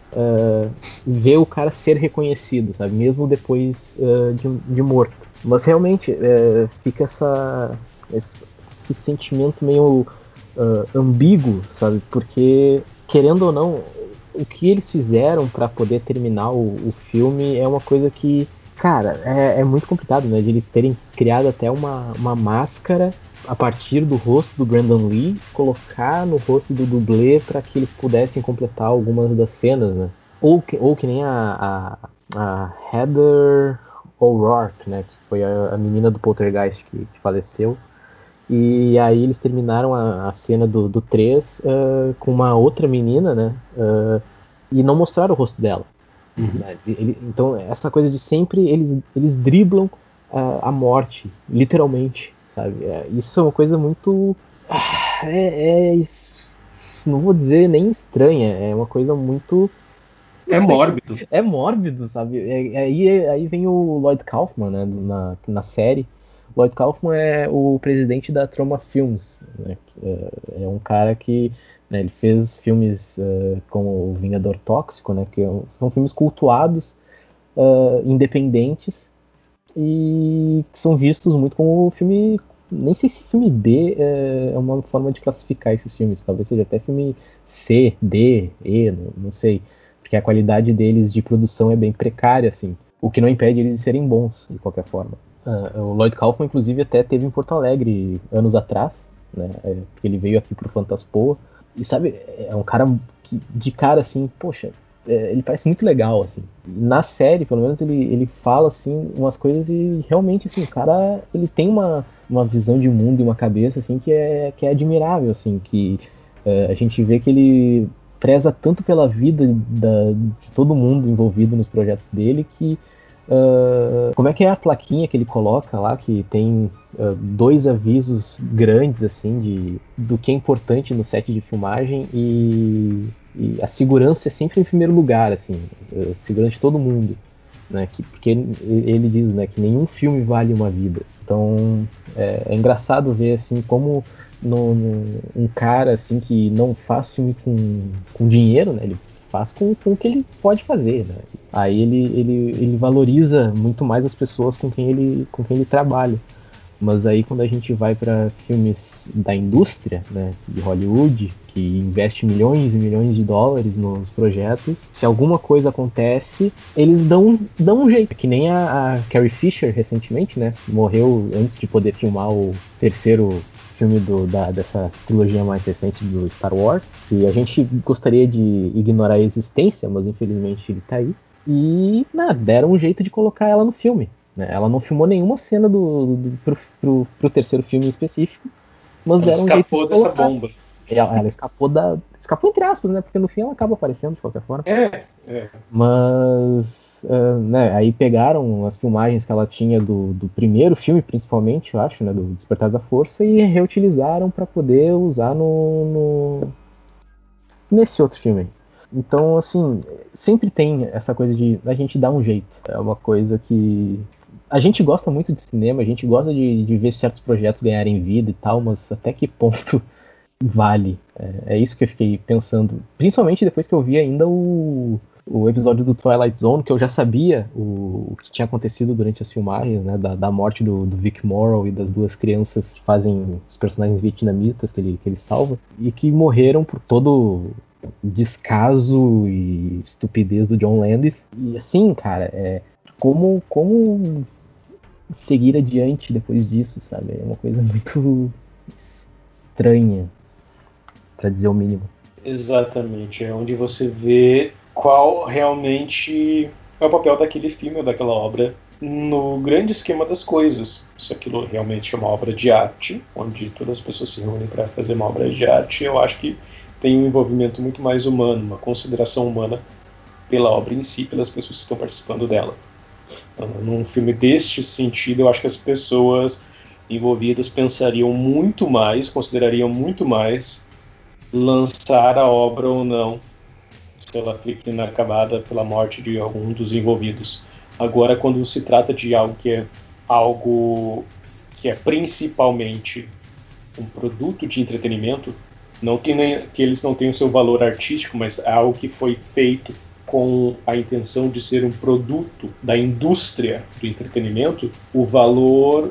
uh, ver o cara ser reconhecido, sabe? Mesmo depois uh, de, de morto. Mas realmente, é, fica essa, esse, esse sentimento meio uh, ambíguo, sabe? Porque, querendo ou não, o que eles fizeram para poder terminar o, o filme é uma coisa que, cara, é, é muito complicado, né? De eles terem criado até uma, uma máscara a partir do rosto do Brandon Lee, colocar no rosto do dublê para que eles pudessem completar algumas das cenas, né? Ou que, ou que nem a, a, a Heather O'Rourke, né? Que foi a, a menina do Poltergeist que, que faleceu. E aí eles terminaram a, a cena do, do três uh, com uma outra menina, né? Uh, e não mostraram o rosto dela. Uhum. Né? Ele, então, essa coisa de sempre eles, eles driblam uh, a morte, literalmente, sabe? É, isso é uma coisa muito... É, é isso, não vou dizer nem estranha, é uma coisa muito... É mórbido. É mórbido, sabe? É, aí, aí vem o Lloyd Kaufman, né, na, na série. Lloyd Kaufman é o presidente da Troma Films, né? É, é um cara que, né, ele fez filmes uh, como O Vingador Tóxico, né, que são filmes cultuados, uh, independentes, e que são vistos muito como filme... Nem sei se filme B é uma forma de classificar esses filmes. Talvez seja até filme C, D, E, não, não sei. Porque a qualidade deles de produção é bem precária, assim. O que não impede eles de serem bons, de qualquer forma. Uh, o Lloyd Kaufman, inclusive, até teve em Porto Alegre anos atrás, né? É, porque ele veio aqui pro Fantaspoa. E sabe, é um cara que, de cara, assim, poxa, é, ele parece muito legal, assim. Na série, pelo menos, ele, ele fala, assim, umas coisas e realmente, assim, o cara, ele tem uma, uma visão de mundo e uma cabeça, assim, que é, que é admirável, assim, que é, a gente vê que ele preza tanto pela vida da, de todo mundo envolvido nos projetos dele que Uh, como é que é a plaquinha que ele coloca lá, que tem uh, dois avisos grandes, assim, de, do que é importante no set de filmagem e, e a segurança é sempre em primeiro lugar, assim, uh, segurança de todo mundo, né, que, porque ele, ele diz, né, que nenhum filme vale uma vida. Então é, é engraçado ver, assim, como no, no, um cara, assim, que não faz filme com, com dinheiro, né, ele faz com, com o que ele pode fazer, né? Aí ele, ele, ele valoriza muito mais as pessoas com quem ele, com quem ele trabalha. Mas aí quando a gente vai para filmes da indústria, né, de Hollywood, que investe milhões e milhões de dólares nos projetos, se alguma coisa acontece, eles dão, dão um jeito. Que nem a, a Carrie Fisher recentemente, né, morreu antes de poder filmar o terceiro filme do, da, dessa trilogia mais recente do Star Wars, que a gente gostaria de ignorar a existência, mas infelizmente ele tá aí. E né, deram um jeito de colocar ela no filme. Né? Ela não filmou nenhuma cena do, do, pro, pro, pro terceiro filme em específico, mas ela deram um jeito de escapou dessa colocar. bomba. Ela, ela escapou da. Escapou entre aspas, né? Porque no fim ela acaba aparecendo de qualquer forma. É, é. Mas. Uh, né, aí pegaram as filmagens que ela tinha do, do primeiro filme, principalmente, eu acho, né? Do Despertar da Força, e reutilizaram para poder usar no, no. nesse outro filme aí. Então, assim, sempre tem essa coisa de a gente dar um jeito. É uma coisa que. A gente gosta muito de cinema, a gente gosta de, de ver certos projetos ganharem vida e tal, mas até que ponto vale? É, é isso que eu fiquei pensando. Principalmente depois que eu vi ainda o, o episódio do Twilight Zone, que eu já sabia o, o que tinha acontecido durante as filmagens, né? Da, da morte do, do Vic Morrow e das duas crianças que fazem os personagens vietnamitas que ele, que ele salva, e que morreram por todo descaso e estupidez do John Landis. E assim, cara, é como, como seguir adiante depois disso, sabe? É uma coisa muito estranha, para dizer o mínimo. Exatamente, é onde você vê qual realmente é o papel daquele filme ou daquela obra no grande esquema das coisas. Se aquilo realmente é uma obra de arte, onde todas as pessoas se reúnem para fazer uma obra de arte, eu acho que tem um envolvimento muito mais humano, uma consideração humana pela obra em si, pelas pessoas que estão participando dela. Então, num filme deste sentido, eu acho que as pessoas envolvidas pensariam muito mais, considerariam muito mais lançar a obra ou não, se ela fica inacabada pela morte de algum dos envolvidos. Agora, quando se trata de algo que é algo que é principalmente um produto de entretenimento, não que, nem, que eles não tenham seu valor artístico, mas é algo que foi feito com a intenção de ser um produto da indústria do entretenimento, o valor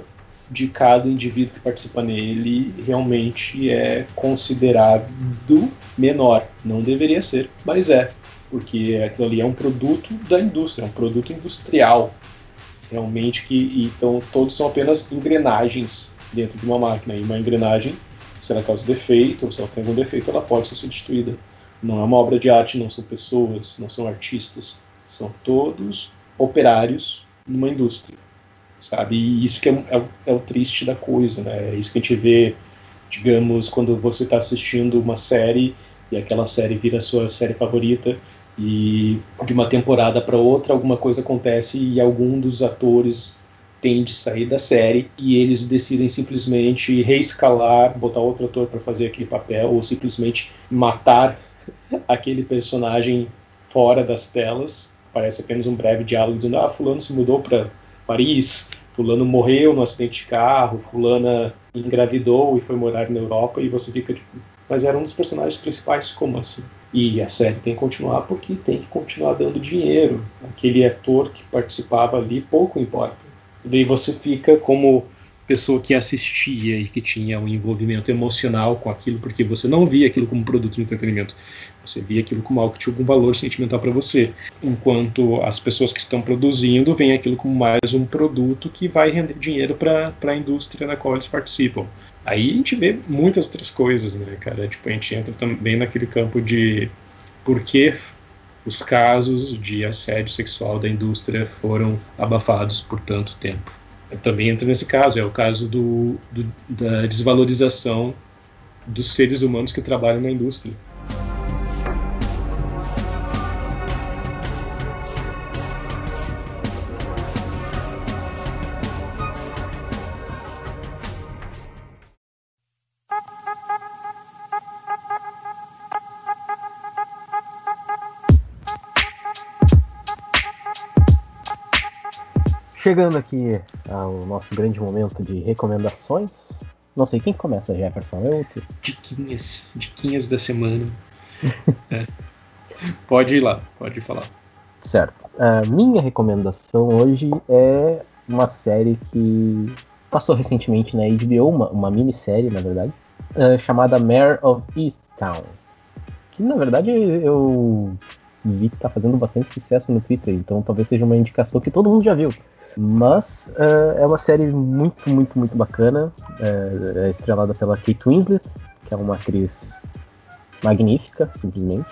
de cada indivíduo que participa nele realmente é considerado menor. Não deveria ser, mas é, porque aquilo ali é um produto da indústria, é um produto industrial, realmente, que então todos são apenas engrenagens dentro de uma máquina, e uma engrenagem, se ela causa defeito, ou se ela tem algum defeito, ela pode ser substituída. Não é uma obra de arte, não são pessoas, não são artistas, são todos operários numa indústria, sabe? E isso que é, é, é o triste da coisa, né? É isso que a gente vê, digamos, quando você está assistindo uma série e aquela série vira a sua série favorita e de uma temporada para outra alguma coisa acontece e algum dos atores tem de sair da série e eles decidem simplesmente reescalar, botar outro ator para fazer aquele papel ou simplesmente matar aquele personagem fora das telas. Parece apenas um breve diálogo dizendo: ah, fulano se mudou para Paris, fulano morreu no acidente de carro, fulana engravidou e foi morar na Europa, e você fica tipo, mas era um dos personagens principais, como assim? E a série tem que continuar porque tem que continuar dando dinheiro. Aquele ator que participava ali, pouco importa. E daí você fica como pessoa que assistia e que tinha um envolvimento emocional com aquilo, porque você não via aquilo como produto de entretenimento, você via aquilo como algo que tinha algum valor sentimental para você, enquanto as pessoas que estão produzindo veem aquilo como mais um produto que vai render dinheiro para a indústria na qual eles participam. Aí a gente vê muitas outras coisas, né, cara? Tipo, a gente entra também naquele campo de por que os casos de assédio sexual da indústria foram abafados por tanto tempo. Também entra nesse caso, é o caso do, do, da desvalorização dos seres humanos que trabalham na indústria. Chegando aqui ao nosso grande momento de recomendações. Não sei, quem começa, Jefferson? Eu ou tu? Diquinhas, diquinhas da semana. É. Pode ir lá, pode falar. Certo. A minha recomendação hoje é uma série que passou recentemente na H B O, uma, uma minissérie, na verdade, uh, chamada Mare of Easttown. Que, na verdade, eu vi que tá fazendo bastante sucesso no Twitter, então talvez seja uma indicação que todo mundo já viu. Mas uh, é uma série muito, muito, muito bacana. Uh, é estrelada pela Kate Winslet, que é uma atriz magnífica, simplesmente.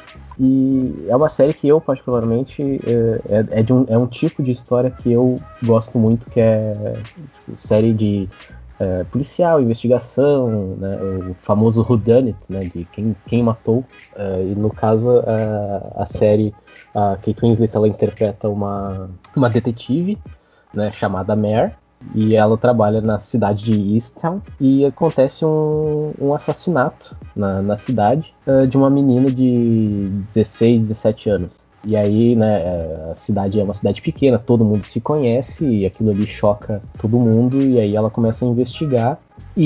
E é uma série que eu, particularmente, uh, é, é, de um, é um tipo de história que eu gosto muito, que é tipo, série de uh, policial, investigação, né, o famoso whodunit, né, de quem, quem matou. Uh, e no caso, uh, a série, a Kate Winslet, ela interpreta uma, uma detetive, né, chamada Mare, e ela trabalha na cidade de Easttown, e acontece um, um assassinato na, na cidade uh, de uma menina de dezesseis, dezessete anos. E aí, né, a cidade é uma cidade pequena, todo mundo se conhece, e aquilo ali choca todo mundo, e aí ela começa a investigar,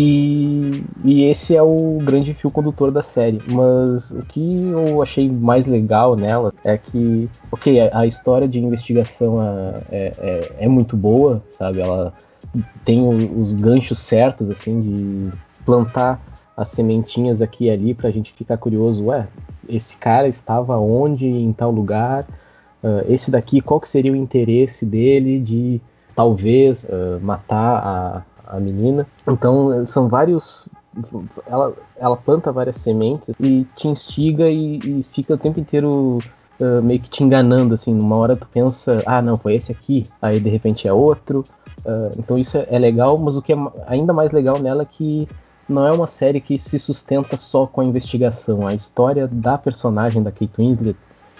e, e esse é o grande fio condutor da série. Mas o que eu achei mais legal nela é que, ok, a, a história de investigação é, é, é muito boa, sabe? Ela tem o, os ganchos certos, assim, de plantar as sementinhas aqui e ali pra gente ficar curioso, ué, esse cara estava onde, em tal lugar, uh, esse daqui, qual que seria o interesse dele de talvez uh, matar a, a menina. Então são vários, ela, ela planta várias sementes e te instiga e, e fica o tempo inteiro uh, meio que te enganando, assim, numa hora tu pensa, ah não, foi esse aqui, aí de repente é outro, uh, então isso é, é legal, mas o que é ainda mais legal nela é que não é uma série que se sustenta só com a investigação. A história da personagem da Kate Winslet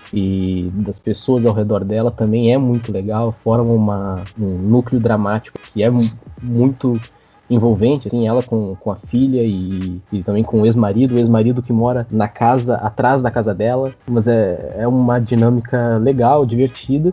e das pessoas ao redor dela também é muito legal, forma uma, um núcleo dramático que é muito envolvente, assim, ela com, com a filha e, e também com o ex-marido, o ex-marido que mora na casa, atrás da casa dela, mas é, é uma dinâmica legal, divertida,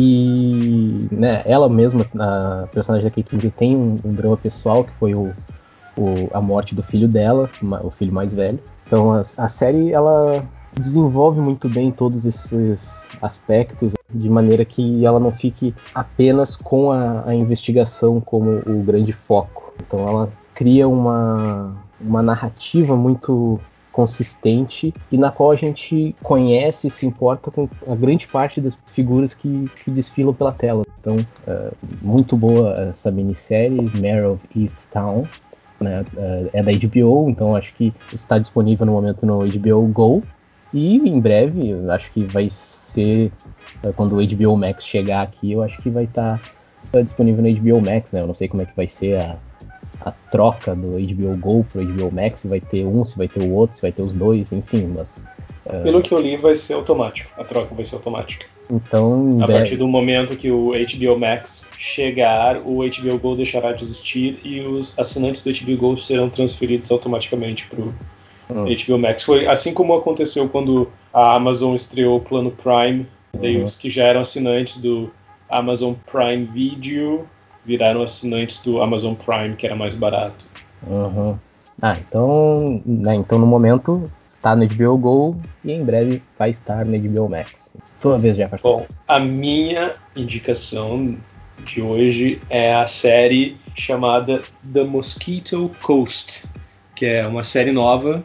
e né, ela mesma, a personagem da Kate Winslet, tem um, um drama pessoal que foi o O, a morte do filho dela, o filho mais velho. Então a, a série ela desenvolve muito bem todos esses aspectos de maneira que ela não fique apenas com a, a investigação como o grande foco. Então ela cria uma, uma narrativa muito consistente e na qual a gente conhece e se importa com a grande parte das figuras que, que desfilam pela tela. Então, uh, muito boa essa minissérie, Mare of Easttown, né? Uh, é da H B O, então acho que está disponível no momento no H B O Go, e em breve, eu acho que vai ser, uh, quando o H B O Max chegar aqui, eu acho que vai estar tá, uh, disponível no H B O Max, né? Eu não sei como é que vai ser a a troca do H B O Go pro H B O Max, se vai ter um, se vai ter o outro, se vai ter os dois, enfim, mas... Uh... Pelo que eu li, vai ser automático, a troca vai ser automática. Então... A partir do momento que o H B O Max chegar, o H B O Go deixará de existir e os assinantes do H B O Go serão transferidos automaticamente pro hum. H B O Max. Foi assim como aconteceu quando a Amazon estreou o plano Prime, daí uhum. os que já eram assinantes do Amazon Prime Video viraram assinantes do Amazon Prime, que era mais barato. Uhum. Ah, então, né, então no momento está no H B O Go e em breve vai estar no H B O Max. Tua vez, Jefferson. Bom, a minha indicação de hoje é a série chamada The Mosquito Coast, que é uma série nova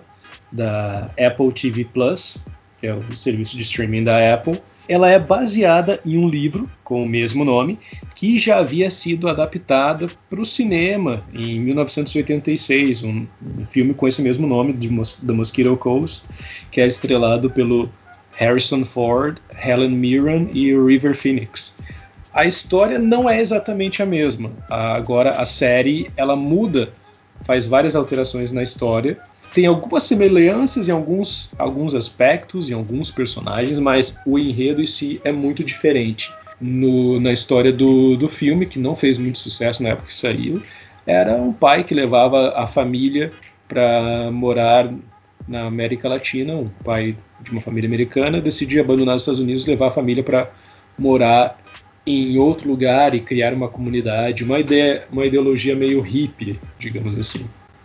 da Apple T V Plus, que é o serviço de streaming da Apple. Ela é baseada em um livro com o mesmo nome, que já havia sido adaptado para o cinema em mil novecentos e oitenta e seis, um, um filme com esse mesmo nome, de Mos- The Mosquito Coast, que é estrelado pelo Harrison Ford, Helen Mirren e River Phoenix. A história não é exatamente a mesma. Agora a série ela muda, faz várias alterações na história. Tem algumas semelhanças em alguns, alguns aspectos, em alguns personagens, mas o enredo em si é muito diferente. No, na história do, do filme, que não fez muito sucesso na época que saiu, era um pai que levava a família para morar na América Latina, um pai de uma família americana, decidia abandonar os Estados Unidos e levar a família para morar em outro lugar e criar uma comunidade, uma ideia, uma ideologia meio hippie, digamos assim.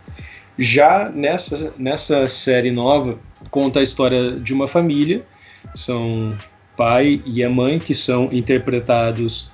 Já nessa, nessa série nova, conta a história de uma família, são o pai e a mãe, que são interpretados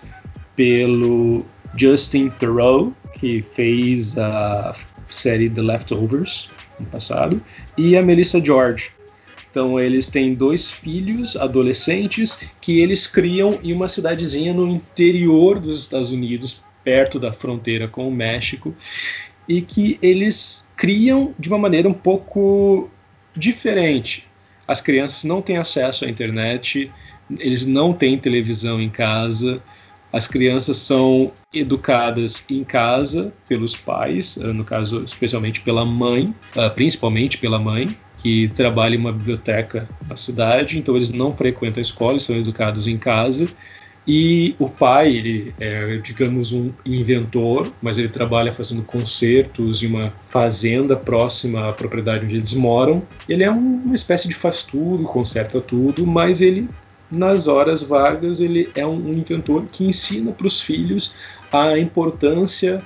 pelo Justin Theroux, que fez a série The Leftovers no passado, e a Melissa George. Então eles têm dois filhos adolescentes que eles criam em uma cidadezinha no interior dos Estados Unidos, perto da fronteira com o México, e que eles criam de uma maneira um pouco diferente. As crianças não têm acesso à internet, eles não têm televisão em casa, as crianças são educadas em casa pelos pais, no caso especialmente pela mãe, principalmente pela mãe, que trabalha em uma biblioteca na cidade, então eles não frequentam a escola, são educados em casa. E o pai, ele é, digamos, um inventor, mas ele trabalha fazendo concertos em uma fazenda próxima à propriedade onde eles moram. Ele é um, uma espécie de faz tudo, conserta tudo, mas ele, nas horas vagas, ele é um, um inventor que ensina para os filhos a importância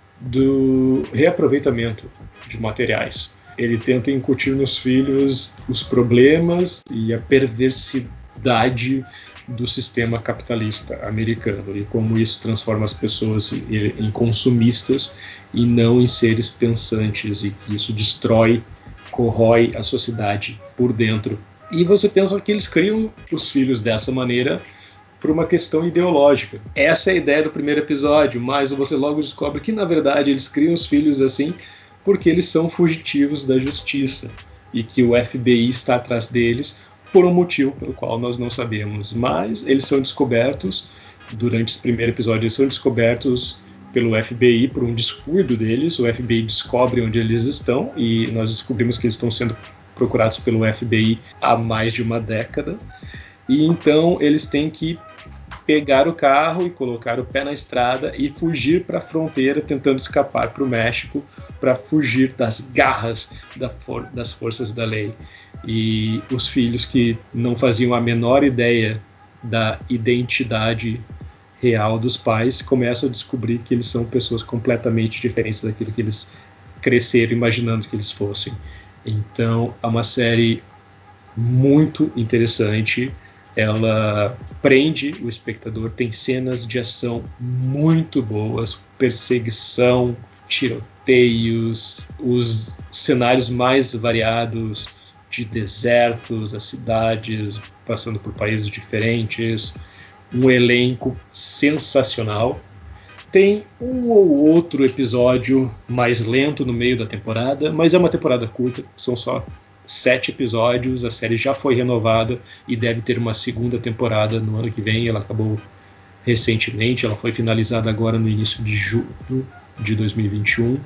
do reaproveitamento de materiais. Ele tenta incutir nos filhos os problemas e a perversidade do sistema capitalista americano e como isso transforma as pessoas em consumistas e não em seres pensantes, e que isso destrói, corrói a sociedade por dentro. E você pensa que eles criam os filhos dessa maneira por uma questão ideológica. Essa é a ideia do primeiro episódio, mas você logo descobre que na verdade eles criam os filhos assim porque eles são fugitivos da justiça e que o F B I está atrás deles por um motivo pelo qual nós não sabemos, mas eles são descobertos, durante esse primeiro episódio, eles são descobertos pelo F B I por um descuido deles. O F B I descobre onde eles estão e nós descobrimos que eles estão sendo procurados pelo F B I há mais de uma década, e então eles têm que pegar o carro e colocar o pé na estrada e fugir para a fronteira, tentando escapar para o México, para fugir das garras da for- das forças da lei. E os filhos que não faziam a menor ideia da identidade real dos pais começam a descobrir que eles são pessoas completamente diferentes daquilo que eles cresceram imaginando que eles fossem. Então é uma série muito interessante, ela prende o espectador, tem cenas de ação muito boas, perseguição, tiroteios, os cenários mais variados de desertos, as cidades passando por países diferentes, um elenco sensacional. Tem um ou outro episódio mais lento no meio da temporada, mas é uma temporada curta, são só sete episódios, a série já foi renovada e deve ter uma segunda temporada no ano que vem. Ela acabou recentemente, ela foi finalizada agora no início de julho de dois mil e vinte e um,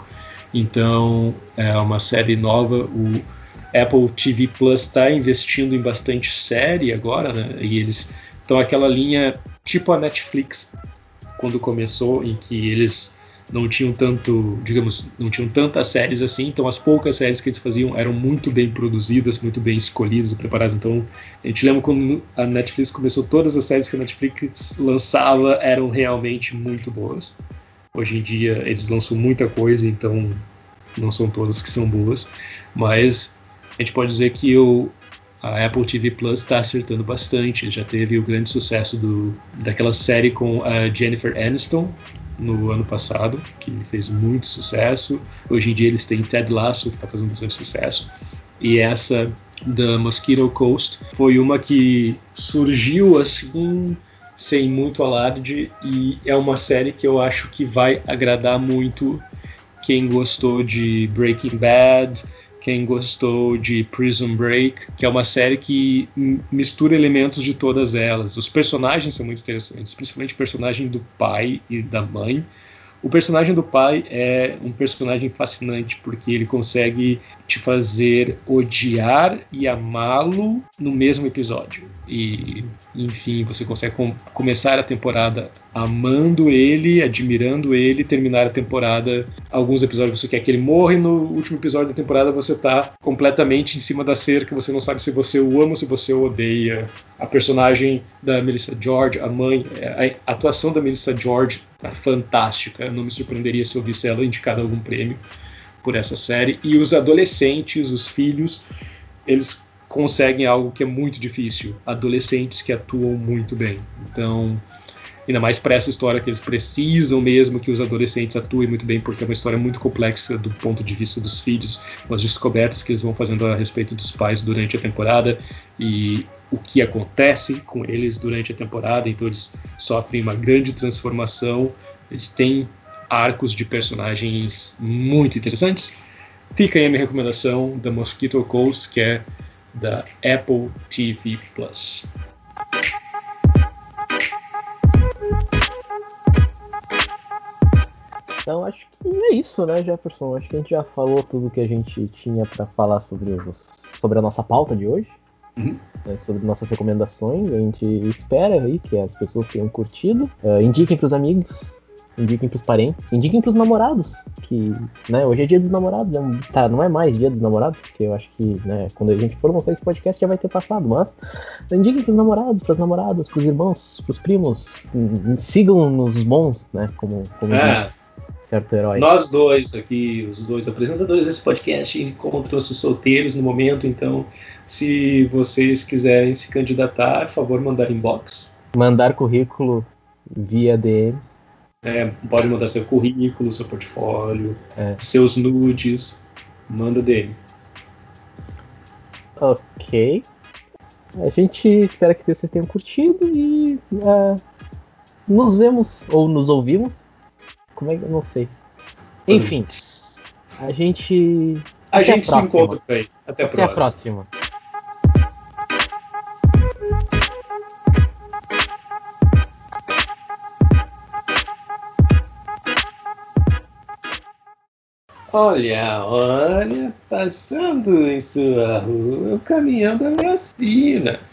então é uma série nova. O Apple T V Plus está investindo em bastante série agora, né? E eles estão aquela linha tipo a Netflix quando começou, em que eles não tinham tanto, digamos, não tinham tantas séries assim, então as poucas séries que eles faziam eram muito bem produzidas, muito bem escolhidas e preparadas. Então a gente lembra quando a Netflix começou, todas as séries que a Netflix lançava eram realmente muito boas. Hoje em dia eles lançam muita coisa, então não são todas que são boas, mas a gente pode dizer que o, a Apple T V Plus está acertando bastante. Já teve o grande sucesso do, daquela série com a Jennifer Aniston no ano passado, que fez muito sucesso. Hoje em dia eles têm Ted Lasso, que está fazendo bastante sucesso. E essa da Mosquito Coast foi uma que surgiu assim, sem muito alarde, e é uma série que eu acho que vai agradar muito quem gostou de Breaking Bad, quem gostou de Prison Break, que é uma série que mistura elementos de todas elas. Os personagens são muito interessantes, principalmente o personagem do pai e da mãe. O personagem do pai é um personagem fascinante, porque ele consegue te fazer odiar e amá-lo no mesmo episódio. E, enfim, você consegue com- começar a temporada amando ele, admirando ele, terminar a temporada, alguns episódios você quer que ele morra, e no último episódio da temporada você tá completamente em cima da cerca, você não sabe se você o ama ou se você o odeia. A personagem da Melissa George, a mãe, a atuação da Melissa George é fantástica. Eu não me surpreenderia se eu visse ela indicada a algum prêmio por essa série. E os adolescentes, os filhos, eles conseguem algo que é muito difícil. Adolescentes que atuam muito bem. Então, ainda mais para essa história, que eles precisam mesmo que os adolescentes atuem muito bem, porque é uma história muito complexa do ponto de vista dos filhos, com as descobertas que eles vão fazendo a respeito dos pais durante a temporada e o que acontece com eles durante a temporada. Então eles sofrem uma grande transformação, eles têm arcos de personagens muito interessantes. Fica aí a minha recomendação da Mosquito Coast, que é da Apple T V Plus. Então acho que é isso, né, Jefferson? Acho que a gente já falou tudo que a gente tinha para falar sobre, os, sobre a nossa pauta de hoje, Uhum. né, sobre nossas recomendações. A gente espera aí que as pessoas tenham curtido. Uh, indiquem pros amigos, indiquem pros parentes, indiquem pros namorados, que, né, hoje é dia dos namorados, é um, tá, não é mais dia dos namorados, porque eu acho que, né, quando a gente for lançar esse podcast já vai ter passado, mas indiquem pros namorados, pras namoradas, pros irmãos, pros primos, sigam nos bons, né, como, como Ah, certo herói. nós dois aqui, os dois apresentadores desse podcast, encontram-se solteiros no momento, então se vocês quiserem se candidatar, por favor, mandar inbox. Mandar currículo via D M. É, pode mandar seu currículo, seu portfólio, É. seus nudes, manda D M. Ok. A gente espera que vocês tenham curtido e uh, nos vemos, ou nos ouvimos. Como é que eu não sei. Enfim, a gente. A Até gente a se encontra por aí. Até a Até a próxima. próxima. Olha, olha, passando em sua rua, o caminhão da minha sina.